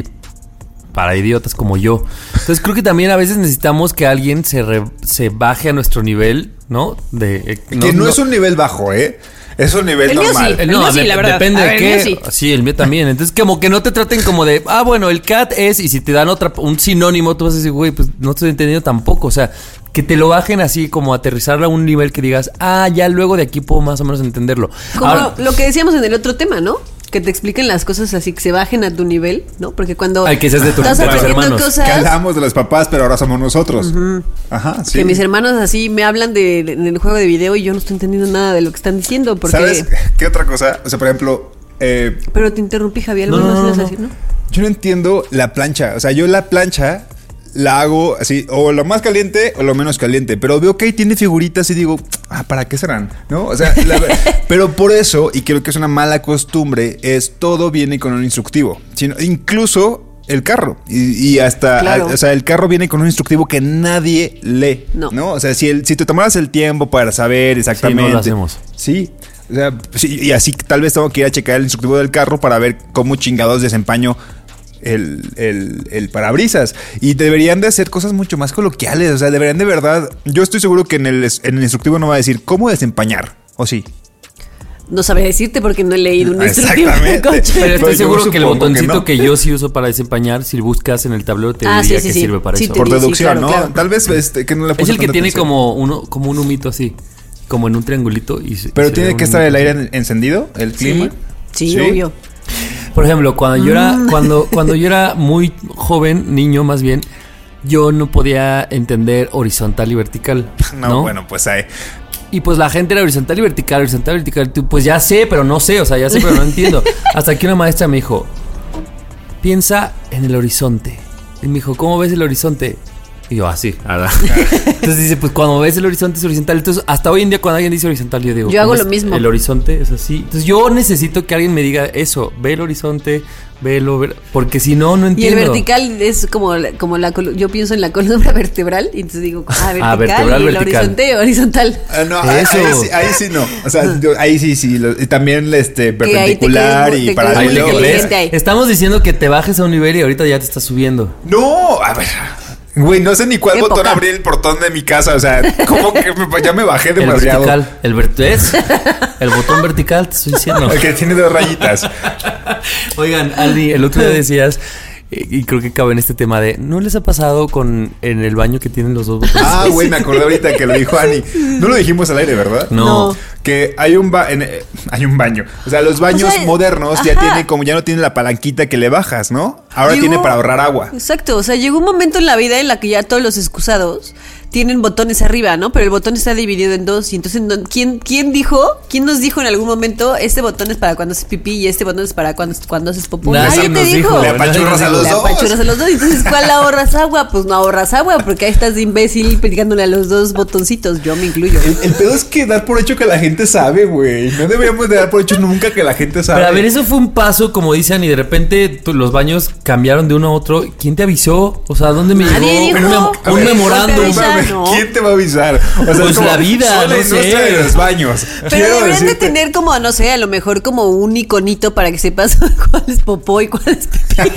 para idiotas como yo. Entonces creo que también a veces necesitamos que alguien se, re- se baje a nuestro nivel, ¿no? De, eh, Que no, es un nivel bajo, ¿eh? Es un nivel El mío normal. sí. Eh, El no, mío sí, de- la verdad. depende A de ver, qué. el mío sí. el mío también. Entonces, como que no te traten como de, ah, bueno, el cat es, y si te dan otra, un sinónimo, tú vas a decir, güey, pues no estoy entendiendo tampoco. O sea, que te lo bajen así, como aterrizarlo a un nivel que digas, ah, ya luego de aquí puedo más o menos entenderlo. Como Ahora, lo que decíamos en el otro tema, ¿no? Que te expliquen las cosas así, que se bajen a tu nivel, ¿no? Porque cuando Ay, que seas de tu- estás de tus aprendiendo hermanos. cosas, Que hablamos de los papás, pero ahora somos nosotros. Ajá, sí. que mis hermanos así me hablan de, de- del juego de video y yo no estoy entendiendo nada de lo que están diciendo. Porque... ¿Sabes qué otra cosa? O sea, por ejemplo, eh, Pero te interrumpí, Javier. ¿Algo No, más no, ibas a no. decir, no? yo no entiendo la plancha. O sea, yo la plancha la hago así, o lo más caliente o lo menos caliente. Pero veo que ahí tiene figuritas y digo, ah, ¿para qué serán? ¿No? O sea, la- pero por eso, y creo que es una mala costumbre, es todo viene con un instructivo. Sino, incluso el carro. Y, y hasta, Claro. o sea, el carro viene con un instructivo que nadie lee. No. ¿No? O sea, si, el, si te tomaras el tiempo para saber exactamente. Sí, no lo hacemos. Sí. O sea, sí, y así tal vez tengo que ir a checar el instructivo del carro para ver cómo chingados desempaño el, el, el parabrisas. Y deberían de hacer cosas mucho más coloquiales. O sea, deberían de verdad. Yo estoy seguro que en el, en el instructivo no va a decir cómo desempañar. ¿O sí? No sabré decirte porque no he leído un instructivo de Exactamente. coche. pero Pero estoy yo seguro que el supongo que botoncito no. que, yo sí uso para desempañar, si buscas en el tablero te Ah, diría sí, sí, que sí. sirve para Sí, eso. te Por Sí, deducción, claro, ¿no? claro. Tal vez este, que no le Es puse el que tanta tiene atención. como uno, como un humito así, como en un triangulito. Y se- Pero y se tiene ve que un estar el humito aire así. en- encendido, el clima. Sí, sí, obvio. Por ejemplo, cuando yo era, Mm. cuando, cuando yo era muy joven, niño más bien, yo no podía entender horizontal y vertical. No, No, bueno, pues ahí. Y pues la gente era horizontal y vertical, horizontal y vertical. Tú, pues ya sé, pero no sé, o sea, ya sé, pero no entiendo. Hasta que una maestra me dijo, piensa en el horizonte. Y me dijo, ¿cómo ves el horizonte? Y yo, así, ¿verdad? Entonces dice, pues cuando ves el horizonte es horizontal. Entonces, hasta hoy en día cuando alguien dice horizontal, yo digo, Yo hago ¿cómo lo es? mismo. El horizonte es así. Entonces yo necesito que alguien me diga eso, ve el horizonte, velo, ve- porque si no, no Y el entiendo. vertical es como, la- como la colu- yo pienso en la columna vertebral y entonces digo, ah, vertical, Ah, vertebral, y el vertical. horizonte horizontal. Ah, no, ahí, Eso. ahí sí, ahí sí no. O sea, yo- ahí sí, sí. lo- y también este, Que ahí te perpendicular crees- y te crees paralelo. muy Ahí le- inteligente ¿ves? ahí. Estamos diciendo que te bajes a un nivel y ahorita ya te estás subiendo. No, a ver. Güey, no sé ni cuál Qué botón poca. abrir el portón de mi casa. O sea, ¿cómo que me- ya me bajé El demasiado? vertical, el ver- ¿ves? El botón vertical, te estoy diciendo. El que tiene dos rayitas. Oigan, Aldi, el otro día decías, eh, y creo que cabe en este tema de, ¿no les ha pasado con en el baño que tienen los dos botones? Ah, güey, me acordé ahorita que lo dijo Ani. No lo dijimos al aire, ¿verdad? No. No. Que hay un ba en- eh, hay un baño. O sea, los baños O sea, modernos ya ajá. tiene como ya no tiene la palanquita que le bajas, ¿no? Ahora Llegó- tiene para ahorrar agua. Exacto, o sea, llegó un momento en la vida en la que ya todos los excusados tienen botones arriba, ¿no? Pero el botón está dividido en dos y entonces no- ¿quién, quién dijo? ¿Quién nos dijo en algún momento este botón es para cuando haces pipí y este botón es para cuando, cuando haces popó? Nadie Nadie te nos dijo. dijo. Le apachurras a los Le dos. apachurras a los dos. Entonces, ¿cuál ahorras agua? Pues no ahorras agua porque ahí estás de imbécil picándole a los dos botoncitos. Yo me incluyo. El, el pedo es que dar por hecho que la gente gente sabe, güey. No deberíamos de dar por hecho nunca que la gente sabe. Pero a ver, eso fue un paso, como dicen, y de repente tú, los baños cambiaron de uno a otro. ¿Quién te avisó? O sea, ¿dónde me Nadie llegó? dijo. Un, mem- A un ver, memorándum. ¿por qué avisa? Espérame, no. ¿quién te va a avisar? O sea, Pues es como, la vida, soy la no industria sé. de los baños. Pero Quiero deberían de decirte- tener como, no sé, a lo mejor como un iconito para que sepas cuál es popó y cuál es pipí.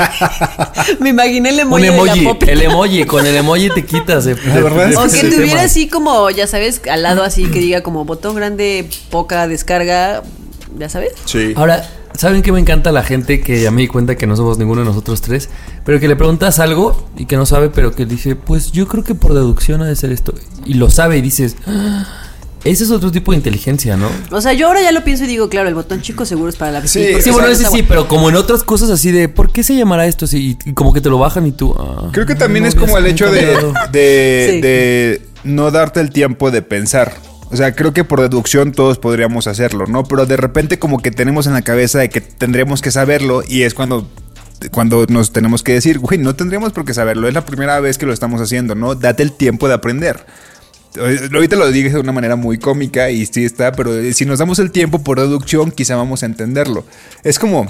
Me imaginé el Un emoji, de emoji. la popita. El emoji. Con el emoji te quitas. de- La verdad de- es O de que ese tuviera tema. así como, ya sabes, al lado así que diga como botón grande, poca descarga, ya sabes. Sí. Ahora, ¿saben qué me encanta la gente que ya me di cuenta que no somos ninguno de nosotros tres? Pero que le preguntas algo y que no sabe, pero que dice, pues yo creo que por deducción ha de ser esto. Y lo sabe y dices, "Ah, ese es otro tipo de inteligencia, ¿no?" O sea, yo ahora ya lo pienso y digo, claro, el botón chico seguro es para la Sí, porque Sí, o bueno, sea, ese esa sí, pero como en otras cosas así de, ¿por qué se llamará esto así? Y, y como que te lo bajan y tú... ah, Creo que también no es como el habías hecho de, encontrado. de, Sí. de no darte el tiempo de pensar. O sea, creo que por deducción todos podríamos hacerlo, ¿no? Pero de repente como que tenemos en la cabeza de que tendremos que saberlo y es cuando, cuando nos tenemos que decir, güey, no tendríamos por qué saberlo. Es la primera vez que lo estamos haciendo, ¿no? Date el tiempo de aprender. Ahorita lo dije de una manera muy cómica y sí está, pero si nos damos el tiempo por deducción, quizá vamos a entenderlo. Es como,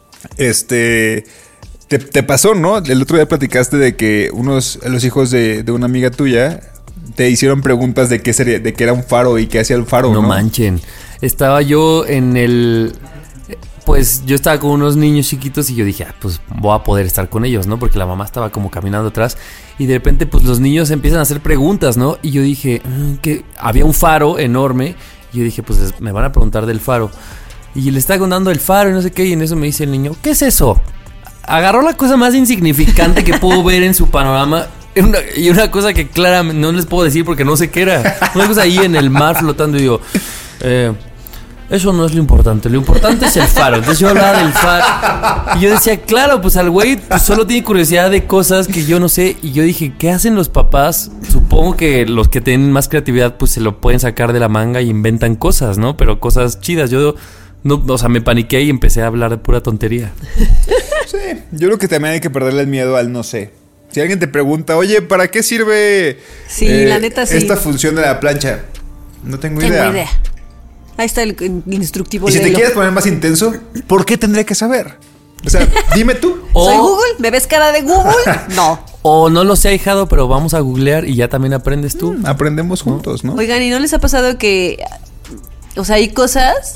este... Te, te pasó, ¿no? El otro día platicaste de que unos, los hijos de, de una amiga tuya te hicieron preguntas de qué sería, de qué era un faro y qué hacía el faro, ¿no? No manchen. Estaba yo en el... Pues yo estaba con unos niños chiquitos y yo dije, ah, pues voy a poder estar con ellos, ¿no? Porque la mamá estaba como caminando atrás y de repente pues los niños empiezan a hacer preguntas, ¿no? Y yo dije, mm, que había un faro enorme y yo dije, pues me van a preguntar del faro. Y le estaba contando el faro y no sé qué y en eso me dice el niño, ¿qué es eso? Agarró la cosa más insignificante que pudo ver en su panorama una, y una cosa que claramente no les puedo decir porque no sé qué era. Una cosa ahí en el mar flotando y digo, eh... eso no es lo importante, lo importante es el faro. Entonces yo hablaba del faro y yo decía, claro, pues al güey pues solo tiene curiosidad de cosas que yo no sé. Y yo dije, ¿qué hacen los papás? Supongo que los que tienen más creatividad pues se lo pueden sacar de la manga y inventan cosas, ¿no? Pero cosas chidas. Yo, no, o sea, me paniqué y empecé a hablar de pura tontería. Sí, yo creo que también hay que perderle el miedo al no sé. Si alguien te pregunta, oye, ¿para qué sirve Sí, la neta, sí. esta función de la plancha? No tengo, Tengo idea. idea. Ahí está el, el instructivo. Y si te léelo. quieres poner más intenso, ¿por qué tendré que saber? O sea, dime tú. O, ¿Soy Google? ¿Me ves cara de Google? No. o no lo sé, ahijado, pero vamos a googlear y ya también aprendes tú. Aprendemos juntos, ¿no? Oigan, ¿y no les ha pasado que, o sea, hay cosas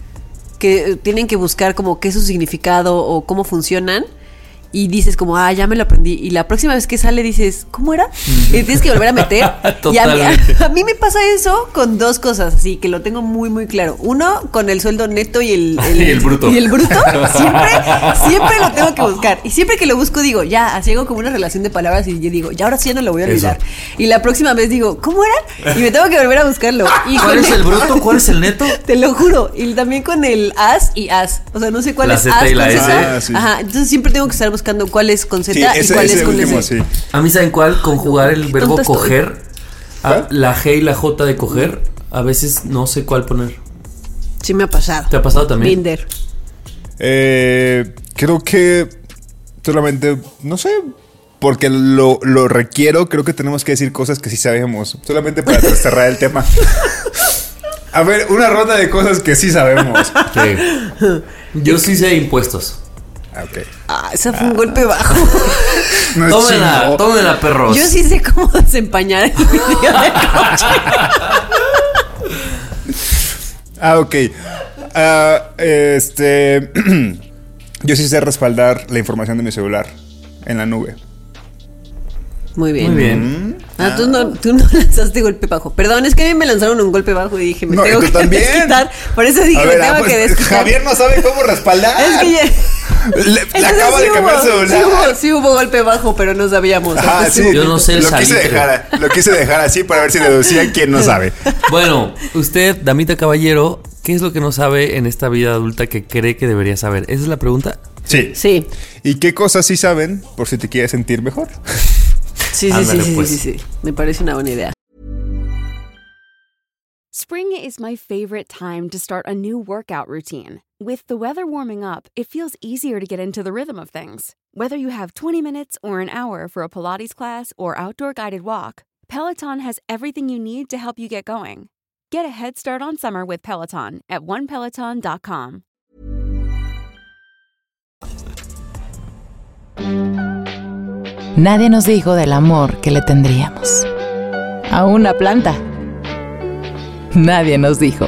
que tienen que buscar como qué es su significado o cómo funcionan? Y dices como, ah, ya me lo aprendí. Y la próxima vez que sale dices, ¿cómo era? Y tienes que volver a meter. Y a mí, Totalmente. a mí me pasa eso con dos cosas, así que lo tengo muy, muy claro. Uno, con el sueldo neto y el... Y el bruto. Y el bruto. Siempre, siempre lo tengo que buscar. Y siempre que lo busco digo, ya, así hago como una relación de palabras y yo digo, ya ahora sí ya no lo voy a olvidar. Eso. Y la próxima vez digo, ¿cómo era? Y me tengo que volver a buscarlo. Y ¿Cuál con es el bruto? ¿Cuál es el neto? Te lo juro. Y también con el as y as. O sea, no sé cuál La es Z as y la con S. Z. Ah, sí. Ajá. Entonces siempre tengo que estar buscando cuál es con Z Sí, y ese, cuál ese es con último, S. sí. A mí, ¿saben cuál? Conjugar el verbo Tonta estoy. coger. Ah, ¿Cuál? la G y la J de coger. A veces no sé cuál poner. Sí me ha pasado. ¿Te ha pasado también? Binder. Eh, creo que solamente, no sé, porque lo, lo requiero, creo que tenemos que decir cosas que sí sabemos. Solamente para cerrar el tema. A ver, una ronda de cosas que sí sabemos. Sí. Yo sí sé impuestos. Ah, ok. Ah, ese fue un golpe bajo. No es Tómenla, chingo. tómenla, perros. Yo sí sé cómo desempañar el video de coche. Ah, ok. Ah, este. Yo sí sé respaldar la información de mi celular en la nube. Muy bien. Muy bien. Ah, tú no, tú no lanzaste golpe bajo. Perdón, es que a mí me lanzaron un golpe bajo y dije, me No, y tengo tú que también. desquitar. Por eso dije, A ver, me tengo ah, pues, que desquitar. Javier no sabe cómo respaldar. Es que ya... Le, le Entonces acaba sí de cambiar hubo, el celular. Sí hubo, sí hubo golpe bajo, pero no sabíamos. Ah, Entonces, sí. Yo no sé el lo quise, salitre. dejar, lo quise dejar así para ver si deducían quién no sabe. Bueno, usted, damita caballero, ¿qué es lo que no sabe en esta vida adulta que cree que debería saber? ¿Esa es la pregunta? Sí. Sí, ¿Y qué cosas sí saben por si te quieres sentir mejor? sí, sí, Ándale, sí, sí, pues. sí, sí. Me parece una buena idea. Spring is my favorite time to start a new workout routine. With the weather warming up, it feels easier to get into the rhythm of things. Whether you have twenty minutes or an hour for a Pilates class or outdoor guided walk, Peloton has everything you need to help you get going. Get a head start on summer with Peloton at one peloton dot com. Nadie nos dijo del amor que le tendríamos a una planta. Nadie nos dijo.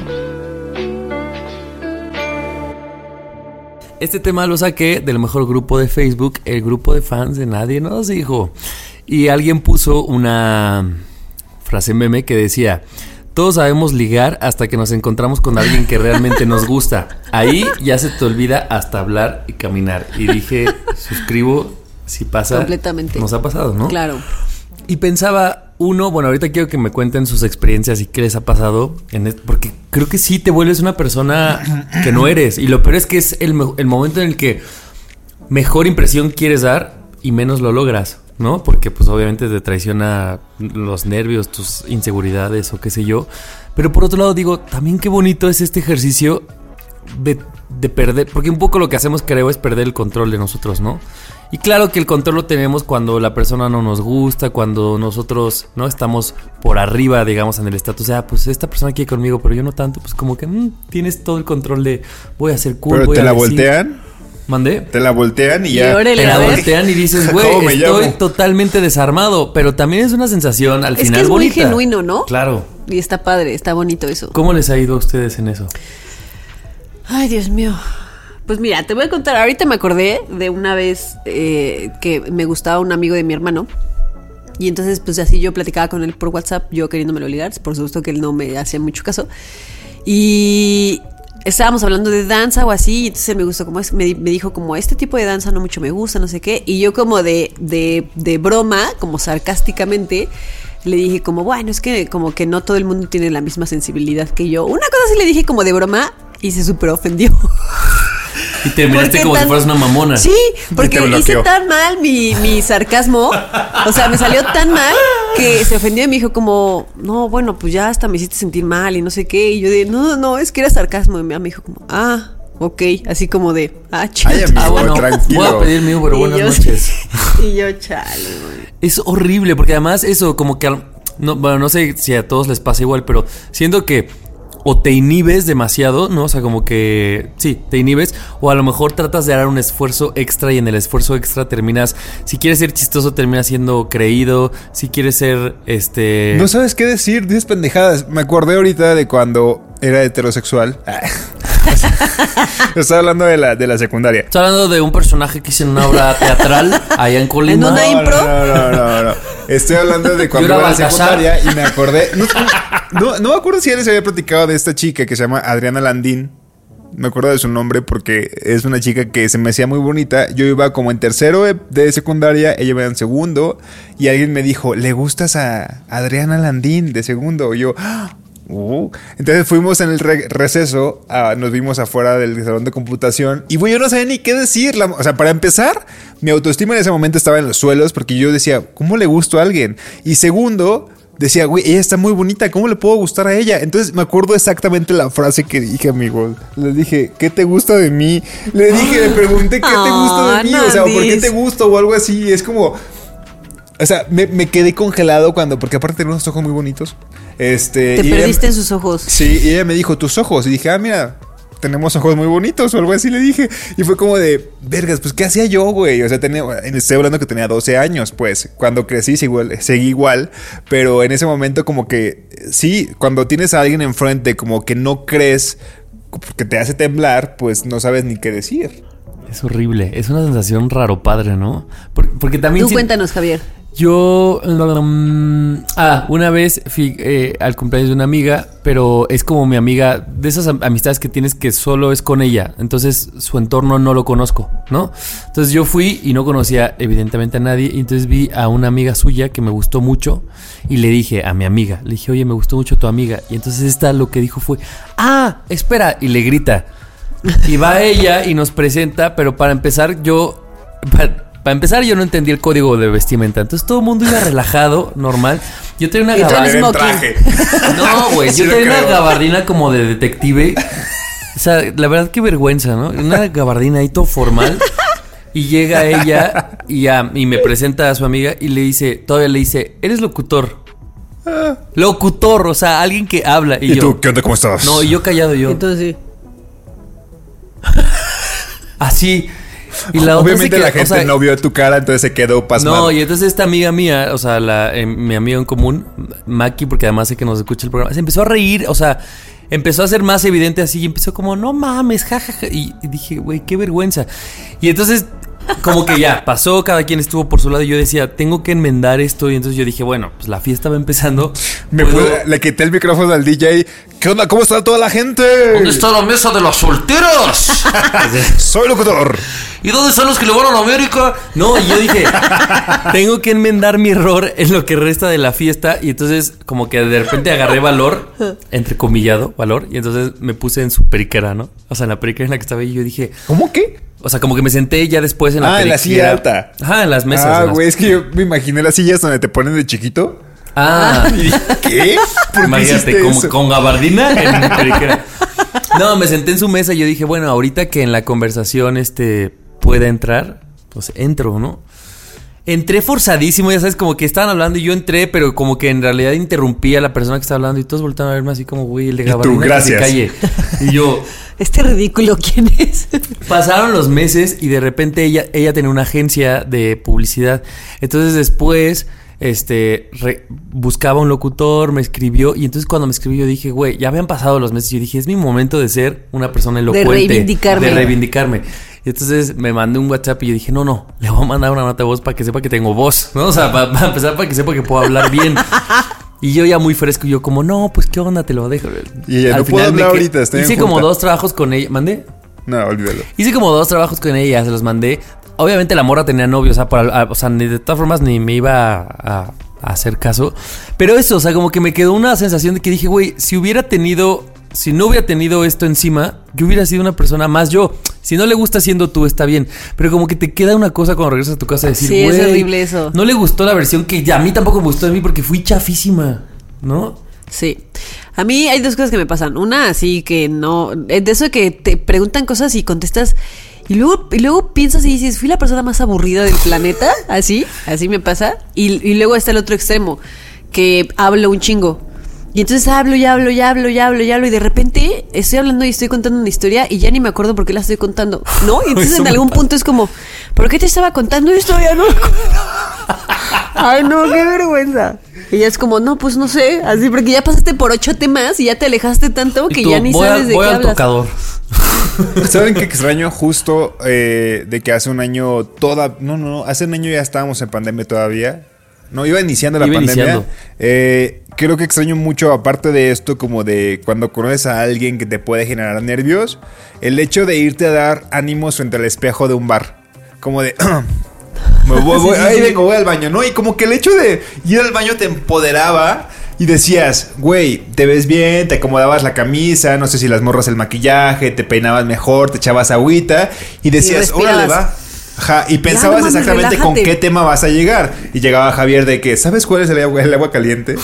Este tema lo saqué del mejor grupo de Facebook, el grupo de fans de Nadie nos dijo. Y alguien puso una frase meme que decía: todos sabemos ligar hasta que nos encontramos con alguien que realmente nos gusta. Ahí ya se te olvida hasta hablar y caminar. Y dije, suscribo, si pasa. Completamente. Nos ha pasado, ¿no? Claro. Y pensaba, uno, bueno, ahorita quiero que me cuenten sus experiencias y qué les ha pasado. En esto, porque creo que sí te vuelves una persona que no eres. Y lo peor es que es el, el momento en el que mejor impresión quieres dar y menos lo logras, ¿no? Porque pues obviamente te traiciona los nervios, tus inseguridades o qué sé yo. Pero por otro lado digo, también qué bonito es este ejercicio de, de perder. Porque un poco lo que hacemos, creo, es perder el control de nosotros, ¿no? Y claro que el control lo tenemos cuando la persona no nos gusta, cuando nosotros no estamos por arriba, digamos, en el estatus. O sea, pues esta persona quiere conmigo, pero yo no tanto. Pues como que mmm, tienes todo el control de voy a hacer cool. ¿Pero voy te a la decir, voltean? ¿Mandé? Te la voltean y, Y ya. órale, Te la a ver. voltean y dices, güey, ¿Cómo me estoy llamo? totalmente desarmado. Pero también es una sensación al Es final que es muy bonita. genuino, ¿no? Claro. Y está padre, está bonito eso. ¿Cómo les ha ido a ustedes en eso? Ay, Dios mío. Pues mira, te voy a contar. Ahorita me acordé de una vez eh, que me gustaba un amigo de mi hermano. Y entonces, pues así yo platicaba con él por WhatsApp, yo queriéndomelo ligar. Por supuesto que él no me hacía mucho caso. Y estábamos hablando de danza o así. Y entonces me gustó como es, me, me dijo como este tipo de danza no mucho me gusta, no sé qué. Y yo como de, de, de broma, como sarcásticamente, le dije como, bueno, es que como que no todo el mundo tiene la misma sensibilidad que yo. Una cosa así le dije como de broma y se súper ofendió. Y terminaste Porque como tan- si fueras una mamona. Sí, porque te bloqueó. hice tan mal mi, mi sarcasmo. O sea, me salió tan mal que se ofendió y me dijo como, no, bueno, pues ya hasta me hiciste sentir mal y no sé qué. Y yo de, no, no, no, es que era sarcasmo. Y me dijo como, ah, ok. Así como de, ah, chido. Ay, amigo, Ah, bueno, tranquilo. voy a pedir mi Uber, Y buenas yo- noches. Y yo, chale, güey. Es horrible, porque además eso como que... al- No, bueno, no sé si a todos les pasa igual, pero siento que o te inhibes demasiado, ¿no? O sea, como que sí, te inhibes, o a lo mejor tratas de dar un esfuerzo extra y en el esfuerzo extra terminas, si quieres ser chistoso, terminas siendo creído, si quieres ser, este... No sabes qué decir, dices pendejadas. Me acordé ahorita de cuando era heterosexual. Estaba hablando de la, de la secundaria. Estoy hablando de un personaje que hizo en una obra teatral allá en Colima. ¿En una No, impro? no, no, no, no. Estoy hablando de cuando Yo era era la Baltasar. secundaria y me acordé. No, no, no me acuerdo si ya les había platicado de esta chica que se llama Adriana Landín. Me acuerdo de su nombre porque es una chica que se me hacía muy bonita. Yo iba como en tercero de, de secundaria, ella iba en segundo. Y alguien me dijo, ¿le gustas a Adriana Landín de segundo? Y yo, ¡ah! Uh. Entonces fuimos en el re- receso, uh, nos vimos afuera del salón de computación y güey, yo no sabía ni qué decir. La, o sea, para empezar, mi autoestima en ese momento estaba en los suelos porque yo decía, ¿cómo le gusto a alguien? Y segundo, decía, güey, ella está muy bonita, ¿cómo le puedo gustar a ella? Entonces me acuerdo exactamente la frase que dije, amigo. Le dije, ¿qué te gusta de mí? Le dije, le pregunté, ¿qué te gusta de mí? O sea, ¿por qué te gusto? O algo así. Es como... O sea, me, me quedé congelado cuando... Porque aparte tenía unos ojos muy bonitos. Este, Te y perdiste ella, en sus ojos. Sí, y ella me dijo, tus ojos. Y dije, ah, mira, tenemos ojos muy bonitos o algo así le dije. Y fue como de, vergas, pues, ¿qué hacía yo, güey? O sea, tenía, estoy hablando que tenía doce años, pues. Cuando crecí seguí igual, seguí igual. Pero en ese momento como que, sí, cuando tienes a alguien enfrente como que no crees, que te hace temblar, pues no sabes ni qué decir. Es horrible, es una sensación raro padre, ¿no? Porque, porque también... Tú si- cuéntanos, Javier. Yo... um, ah, una vez fui eh, al cumpleaños de una amiga, pero es como mi amiga, de esas am- amistades que tienes que solo es con ella, entonces su entorno no lo conozco, ¿no? Entonces yo fui y no conocía evidentemente a nadie, y entonces vi a una amiga suya que me gustó mucho y le dije a mi amiga, le dije, oye, me gustó mucho tu amiga, y entonces esta lo que dijo fue, ah, espera, y le grita. Y va ella y nos presenta, pero para empezar yo... Para, para empezar yo no entendí el código de vestimenta. Entonces todo el mundo iba relajado, normal. Yo tenía una Y tú en gabardina... smoking. traje. No, güey, Sí yo lo tenía una creo. gabardina como de detective. O sea, la verdad qué vergüenza, ¿no? Una gabardina ahí todo formal. Y llega ella y, ya, y me presenta a su amiga y le dice, todavía le dice, ¿eres locutor? Locutor, o sea, alguien que habla. Y, ¿Y yo, tú, qué onda, cómo estás? No, y yo callado, yo. Entonces sí. Así. Y la Obviamente otra la se quedó, gente o sea, no vio tu cara, entonces se quedó pasmado. No, y entonces esta amiga mía, o sea, la, eh, mi amigo en común, Maki, porque además sé que nos escucha el programa, se empezó a reír, o sea, empezó a ser más evidente así y empezó como, no mames, jajaja. Y, y dije, güey, qué vergüenza. Y entonces, como que ya, pasó, cada quien estuvo por su lado y yo decía, tengo que enmendar esto. Y entonces yo dije, bueno, pues la fiesta va empezando. Me ¿Puedo? pude- le quité el micrófono al D J. ¿Qué onda? ¿Cómo está toda la gente? ¿Dónde está la mesa de las solteras? Soy locutor. ¿Y dónde están los que le van a la América? No, y yo dije, tengo que enmendar mi error en lo que resta de la fiesta. Y entonces, como que de repente agarré valor, entrecomillado, valor. Y entonces me puse en su periquera, ¿no? O sea, en la periquera en la que estaba. Y yo dije, ¿Cómo qué? o sea, como que me senté ya después en la Ah, en periquera. la silla alta. Ajá, en las mesas. Ah, en las- güey, es que yo me imaginé las sillas donde te ponen de chiquito. Ah, Y dije, ¿qué? ¿Por qué imagínate, hiciste como eso? con gabardina en mi periquera. No, me senté en su mesa y yo dije, bueno, ahorita que en la conversación este pueda entrar, pues entro, ¿no? Entré forzadísimo, ya sabes, como que estaban hablando y yo entré, pero como que en realidad interrumpí a la persona que estaba hablando y todos voltaban a verme así como, güey, el de Y tú, gabardina que se gracias. calle. Y yo, Este ridículo, ¿quién es? pasaron los meses y de repente ella, ella tenía una agencia de publicidad. Entonces después este re- buscaba un locutor, me escribió. Y entonces cuando me escribió yo dije, güey, ya habían pasado los meses. Yo dije, es mi momento de ser una persona elocuente. reivindicarme. De reivindicarme. Y entonces me mandé un WhatsApp y yo dije, no, no, le voy a mandar una nota de voz para que sepa que tengo voz, ¿no? O sea, para, para empezar, para que sepa que puedo hablar bien. Y yo ya muy fresco, yo como, no, pues qué onda, te lo dejo. Y ella, Al no puedo final me hablar que- ahorita, estoy en Hice como junta. dos trabajos con ella. ¿Mandé? No, olvídalo. Hice como dos trabajos con ella, se los mandé. Obviamente la morra tenía novio, o sea, por, a- o sea, ni de todas formas ni me iba a, a- a hacer caso. Pero eso, o sea, como que me quedó una sensación de que dije, güey, si hubiera tenido, si no hubiera tenido esto encima, yo hubiera sido una persona más yo. Si no le gusta siendo tú, está bien. Pero como que te queda una cosa cuando regresas a tu casa de decir, Sí, es güey, horrible eso. no le gustó la versión que ya a mí tampoco me gustó de mí porque fui chafísima, ¿no? Sí. A mí hay dos cosas que me pasan. Una, así que no. De eso que te preguntan cosas y contestas. Y luego, y luego piensas y dices, fui la persona más aburrida del planeta. Así, así me pasa. Y, y luego está el otro extremo, que hablo un chingo. Y entonces hablo, y hablo, y hablo, y hablo, y hablo. Y de repente estoy hablando y estoy contando una historia y ya ni me acuerdo por qué la estoy contando. ¿No? Y entonces Eso en me algún pasa. punto es como, ¿por qué te estaba contando esto? Ya no me acuerdo. Ay, no, qué vergüenza. Y ya es como, no, pues no sé. Así, porque ya pasaste por ocho temas y ya te alejaste tanto que Y tú, ya ni voy sabes al- de voy qué al hablas. tocador. ¿Saben qué extraño? Justo eh, de que hace un año toda... No, no, no. Hace un año ya estábamos en pandemia todavía. No, iba iniciando la Iba pandemia. iniciando. Eh, creo que extraño mucho, aparte de esto, como de cuando conoces a alguien que te puede generar nervios, el hecho de irte a dar ánimos frente al espejo de un bar. Como de... Me voy, voy, ahí vengo, voy al baño, ¿no? Y como que el hecho de ir al baño te empoderaba y decías, güey, te ves bien, te acomodabas la camisa, no sé si las morras el maquillaje, te peinabas mejor, te echabas agüita y decías, respirabas. órale, va. Ajá, y pensabas no mames, exactamente con relájate. qué tema vas a llegar. Y llegaba Javier de que, ¿sabes cuál es el agua, el agua caliente?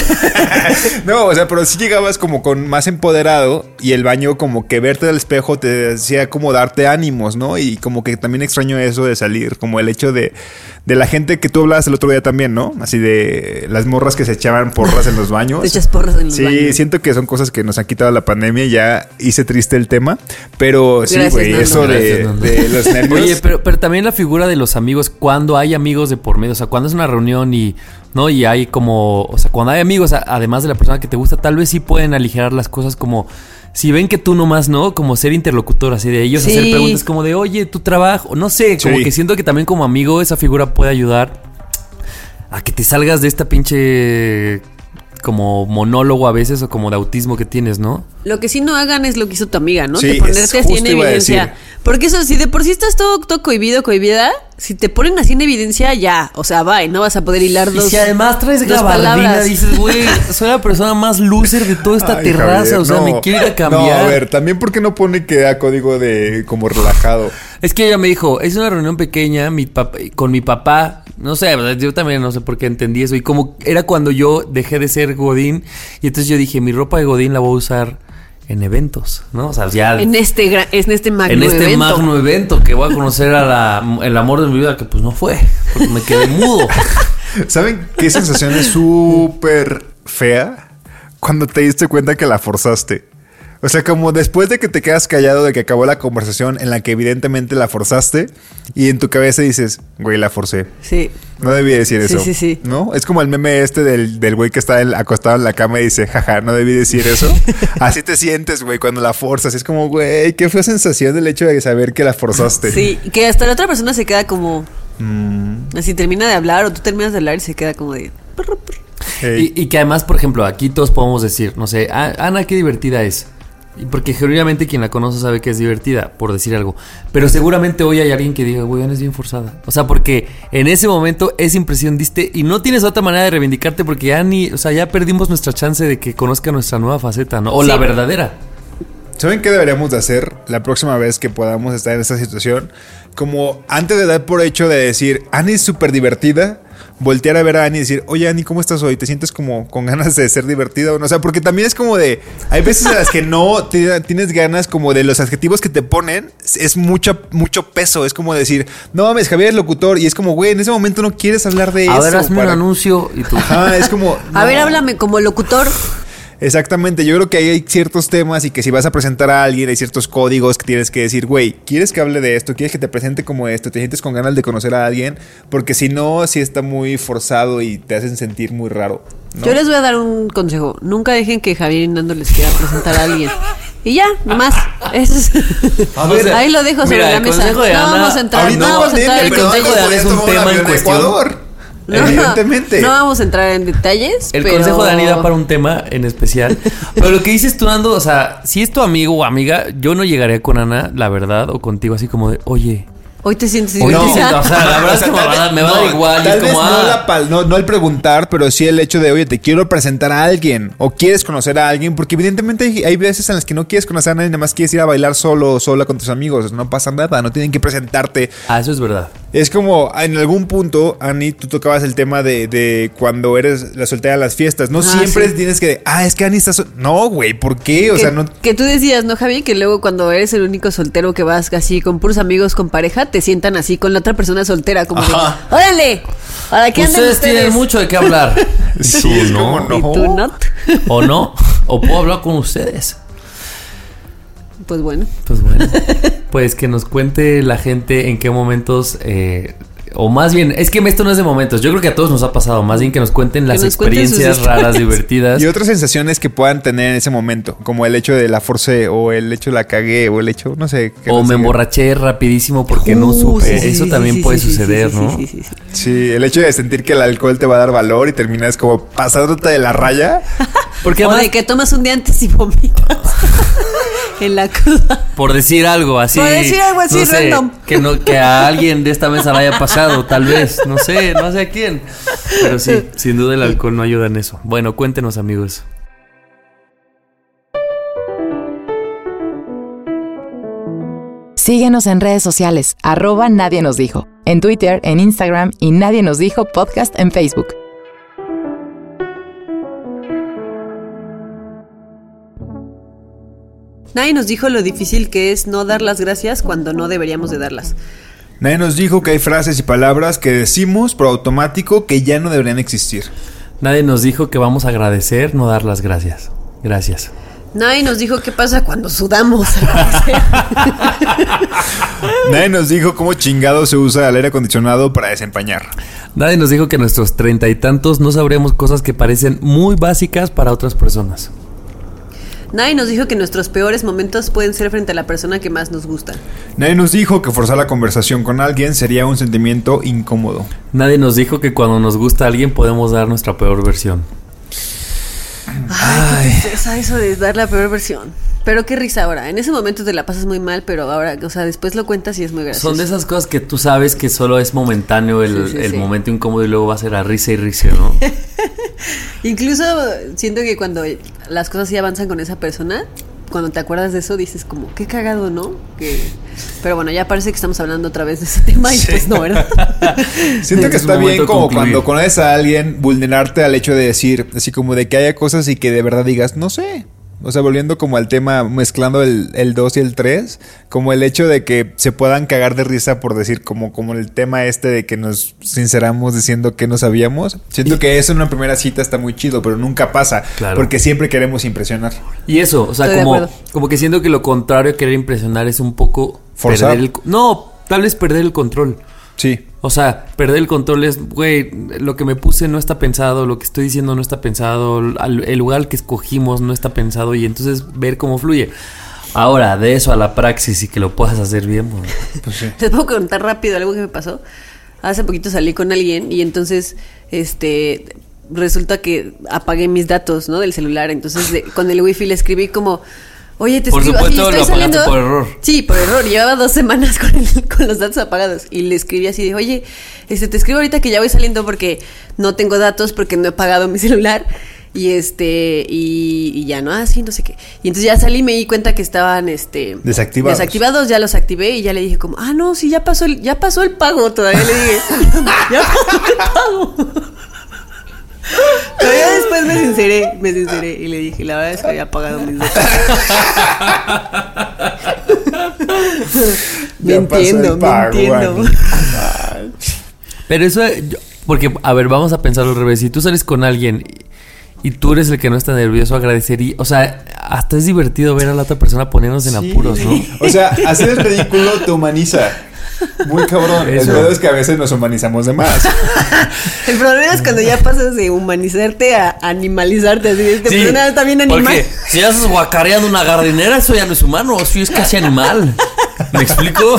No, o sea, pero sí llegabas como con más empoderado y el baño como que verte al espejo te hacía como darte ánimos, ¿no? Y como que también extraño eso de salir, como el hecho de, de la gente que tú hablabas el otro día también, ¿no? Así de las morras que se echaban porras en los baños. Te echas porras en los Sí, baños. siento que son cosas que nos ha quitado la pandemia. Ya hice triste el tema, pero sí, Gracias, güey, Nando. eso de, Gracias, Nando. de los nervios. Oye, pero, pero también la figura de los amigos, cuando hay amigos de por medio, o sea, cuando es una reunión y, ¿no? Y hay como, o sea, cuando hay amigos, a- además de la persona que te gusta, tal vez sí pueden aligerar las cosas como, si ven que tú nomás, ¿no? Como ser interlocutor, así de ellos, Sí. hacer preguntas como de, oye, tu trabajo, no sé, como Sí. que siento que también como amigo esa figura puede ayudar a que te salgas de esta pinche como monólogo a veces o como de autismo que tienes, ¿no? Lo que sí no hagan es lo que hizo tu amiga, ¿no? Sí, Te es ponerte así en justo iba a evidencia. decir. Porque eso, si de por sí estás todo, todo cohibido, cohibida, si te ponen así en evidencia, ya. O sea, bye, no vas a poder hilar Y dos. si además traes dos gabardina, palabras. dices, güey, soy la persona más loser de toda esta Ay, terraza, Javier, o sea, no. me quiero ir a cambiar. No, a ver, también porque no pone que da código de como relajado. Es que ella me dijo, es una reunión pequeña mi papá, con mi papá. No sé, yo también no sé por qué entendí eso. Y como era cuando yo dejé de ser Godín. Y entonces yo dije, mi ropa de Godín la voy a usar en eventos, ¿no? O sea, ya En este, gra- en este magno en este evento. magno evento que voy a conocer a la, el amor de mi vida, que pues no fue, porque me quedé mudo. ¿Saben qué sensación es súper fea cuando te diste cuenta que la forzaste. O sea, como después de que te quedas callado de que acabó la conversación en la que evidentemente la forzaste y en tu cabeza dices, güey, la forcé. Sí. No debí decir eso. Sí, sí, sí. ¿No? Es como el meme este del, del güey que está en- acostado en la cama y dice, jaja, no debí decir eso. Así te sientes, güey, cuando la forzas. Es como, güey, qué fea sensación del hecho de saber que la forzaste. Sí, que hasta la otra persona se queda como... Mm, Así termina de hablar o tú terminas de hablar y se queda como de... hey. Y, y que además, por ejemplo, aquí todos podemos decir, no sé, "Ah, Ana, qué divertida es. Y porque genuinamente quien la conoce sabe que es divertida, por decir algo. Pero seguramente hoy hay alguien que diga, güey, Ana es bien forzada. O sea, porque en ese momento esa impresión diste y no tienes otra manera de reivindicarte porque ya ni, o sea, ya perdimos nuestra chance de que conozca nuestra nueva faceta, ¿no? O Sí. la verdadera. ¿Saben qué deberíamos de hacer la próxima vez que podamos estar en esta situación? Como antes de dar por hecho de decir, Ani es súper divertida, voltear a ver a Ani y decir, oye Ani, ¿cómo estás hoy? ¿Te sientes como con ganas de ser divertida o no? O sea, porque también es como de, hay veces en las que no te- tienes ganas como de los adjetivos que te ponen, es mucho, mucho peso, es como decir, no mames, Javier es locutor y es como, güey, en ese momento no quieres hablar de A eso. ver, hazme para- un anuncio y tú... Ajá, es como... A no. ver, háblame como locutor. Exactamente, yo creo que ahí hay ciertos temas y que si vas a presentar a alguien hay ciertos códigos que tienes que decir, güey, ¿quieres que hable de esto? ¿Quieres que te presente como esto? ¿Te sientes con ganas de conocer a alguien? Porque si no, sí está muy forzado y te hacen sentir muy raro, ¿no? Yo les voy a dar un consejo. Nunca dejen que Javier y Nando les quiera presentar a alguien. Y ya, nomás. Eso es. A ver, Ahí lo dejo sobre mira, la el mesa. consejo de No Ana- vamos a entrar, Ahorita no vamos a entrar nene, en el pero consejo de antes Ana es podías un tomar tema en avión a cuestión. Ecuador. No, Evidentemente. No vamos a entrar en detalles. El pero... consejo de Ani da para un tema en especial. Pero lo que dices tú, Nando, o sea, si es tu amigo o amiga, yo no llegaría con Ana, la verdad, o contigo así como de, oye, Hoy te sientes hoy te divertida. siento, o sea, la verdad es que me va a dar, me va a dar No, igual. y Tal es vez como, no, ah, la pal- no, no el preguntar, pero sí el hecho de, oye, te quiero presentar a alguien o quieres conocer a alguien, porque evidentemente hay, hay veces en las que no quieres conocer a nadie, nada más quieres ir a bailar solo o sola con tus amigos. No pasa nada, no tienen que presentarte. ah, eso es verdad. Es como, en algún punto, Ani, tú tocabas el tema de, de cuando eres la soltera en las fiestas. No Ah, siempre sí. tienes que, ah, es que Ani está sol-". No, güey, ¿por qué? O que, sea, no... que tú decías, ¿no, Javi? Que luego cuando eres el único soltero que vas así con puros amigos con pareja, te sientan así con la otra persona soltera, como Ajá. de, ¡órale! ¿Para qué andan Ustedes ustedes? tienen mucho de qué hablar. Y Sí, tú, es no. como, ¿Y tú not? O no, o puedo hablar con ustedes. Pues bueno. Pues bueno, pues que nos cuente la gente en qué momentos, eh, o más bien, es que esto no es de momentos, yo creo que a todos nos ha pasado, más bien que nos cuenten las nos cuenten sus experiencias historias. raras, divertidas. Y otras sensaciones que puedan tener en ese momento, como el hecho de la force o el hecho de la cagué o el hecho, no sé. que O les me diga. emborraché rapidísimo porque no Uh, supe. sí, sí, Eso sí, también sí, puede sí, sí, suceder, sí, ¿no? Sí, sí, sí. Sí, el hecho de sentir que el alcohol te va a dar valor y terminas como pasándote de la raya. Porque O además, de que tomas un día antes y vomitas en la cruda. por decir algo así. Por decir algo así no sé, random. Que, no, que a alguien de esta mesa le haya pasado, tal vez. No sé, no sé a quién. Pero sí, sin duda el alcohol no ayuda en eso. Bueno, cuéntenos, amigos. Síguenos en redes sociales, arroba Nadie Nos Dijo, en Twitter, en Instagram y Nadie Nos Dijo Podcast en Facebook. Nadie nos dijo lo difícil que es no dar las gracias cuando no deberíamos de darlas. Nadie nos dijo que hay frases y palabras que decimos por automático que ya no deberían existir. Nadie nos dijo que vamos a agradecer, no dar las gracias. Gracias. Nadie nos dijo qué pasa cuando sudamos. Nadie nos dijo cómo chingado se usa el aire acondicionado para desempañar. Nadie nos dijo que a nuestros treinta y tantos no sabremos cosas que parecen muy básicas para otras personas. Nadie nos dijo que nuestros peores momentos pueden ser frente a la persona que más nos gusta. Nadie nos dijo que forzar la conversación con alguien sería un sentimiento incómodo. Nadie nos dijo que cuando nos gusta a alguien podemos dar nuestra peor versión. Ay, qué tristeza eso de dar la peor versión. Pero qué risa ahora. En ese momento te la pasas muy mal, pero ahora, o sea, después lo cuentas y es muy gracioso. Son de esas cosas que tú sabes que solo es momentáneo el, Sí, sí, el sí. momento incómodo y luego va a ser a risa y risa, ¿no? Incluso siento que cuando las cosas sí avanzan con esa persona, cuando te acuerdas de eso dices como, qué cagado, ¿no? Que... Pero bueno, ya parece que estamos hablando otra vez de ese tema y pues no, ¿verdad? Siento que Es está momento bien de como concluir. cuando conoces a alguien, vulnerarte al hecho de decir, así como de que haya cosas y que de verdad digas, no sé, O sea, volviendo como al tema, mezclando el, el dos y el tres, como el hecho de que se puedan cagar de risa por decir, como, como el tema este de que nos sinceramos diciendo que no sabíamos. Siento que eso en una primera cita está muy chido, pero nunca pasa. Claro. Porque siempre queremos impresionar. Y eso, o sea, Estoy de como, acuerdo. como que siento que lo contrario a querer impresionar es un poco Forzar. perder el... No, tal vez perder el control. Sí. O sea, perder el control es, güey, lo que me puse no está pensado, lo que estoy diciendo no está pensado, al- el lugar que escogimos no está pensado y entonces ver cómo fluye. Ahora, de eso a la praxis y que lo puedas hacer bien, pues, Pues sí. Les puedo contar rápido algo que me pasó. Hace poquito salí con alguien y entonces, este, resulta que apagué mis datos, ¿no? Del celular. Entonces, de- con el wifi le escribí como, oye, te Por escribo así, supuesto, estoy lo apagaste saliendo. por error. Sí, por error. Llevaba dos semanas con, el- con los datos apagados y le escribí así de, oye, este, te escribo ahorita que ya voy saliendo porque no tengo datos porque no he pagado mi celular. Y este, y, y ya no, así, no sé qué. Y entonces ya salí y me di cuenta que estaban, este... Desactivados. Desactivados, ya los activé y ya le dije como, ah, no, sí, ya pasó el, ya pasó el pago. Todavía le dije, ya pasó el pago. Todavía después me sinceré, me sinceré y le dije, la verdad es que había pagado mis datos. Ya pasó el mintiendo, pago, mintiendo. Ani. Pero eso, yo- porque, a ver, vamos a pensarlo al revés. Si tú sales con alguien y, y tú eres el que no está nervioso, agradecería. O sea, hasta es divertido ver a la otra persona poniéndose en Sí. apuros, ¿no? O sea, así de ridículo te humaniza. Muy cabrón. Eso. El pedo es que a veces nos humanizamos de más. El problema es cuando ya pasas de humanizarte a animalizarte. Así de, esta Sí, persona está bien animal. porque si haces guacareando una jardinera, eso ya no es humano, eso es casi animal. ¿Me explico?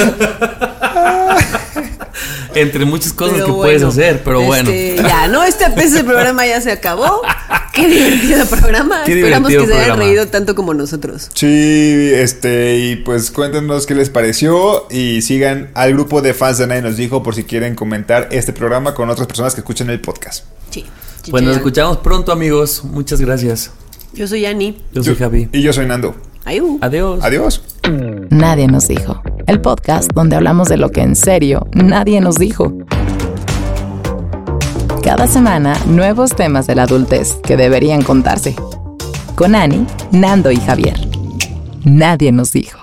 Entre muchas cosas Pero que bueno, puedes hacer, pero bueno. este, ya, ¿no? Este ese programa ya se acabó. Qué divertido programa. Qué Esperamos divertido que se hayan programa. reído tanto como nosotros. Sí, este, y pues cuéntenos qué les pareció y sigan al grupo de fans de Nadie Nos Dijo por si quieren comentar este programa con otras personas que escuchen el podcast. Sí. Pues nos Chichea. escuchamos pronto, amigos. Muchas gracias. Yo soy Ani. Yo soy Javi. Y yo soy Nando. Ayú. Adiós. Adiós. Nadie nos dijo. El podcast donde hablamos de lo que en serio nadie nos dijo. Cada semana, nuevos temas de la adultez que deberían contarse. Con Ani, Nando y Javier. Nadie nos dijo.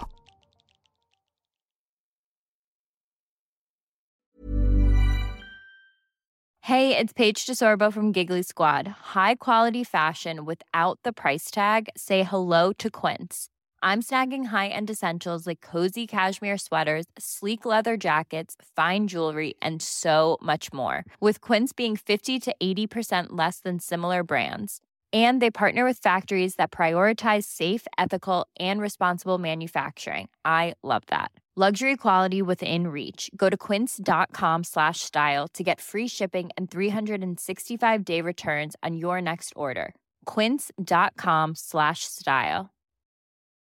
Hey, it's Paige DeSorbo from Giggly Squad. High quality fashion without the price tag. Say hello to Quince. I'm snagging high-end essentials like cozy cashmere sweaters, sleek leather jackets, fine jewelry, and so much more. With Quince being fifty to eighty percent less than similar brands. And they partner with factories that prioritize safe, ethical, and responsible manufacturing. I love that. Luxury quality within reach. Go to quince.com slash style to get free shipping and three sixty-five day returns on your next order. Quince.com slash style.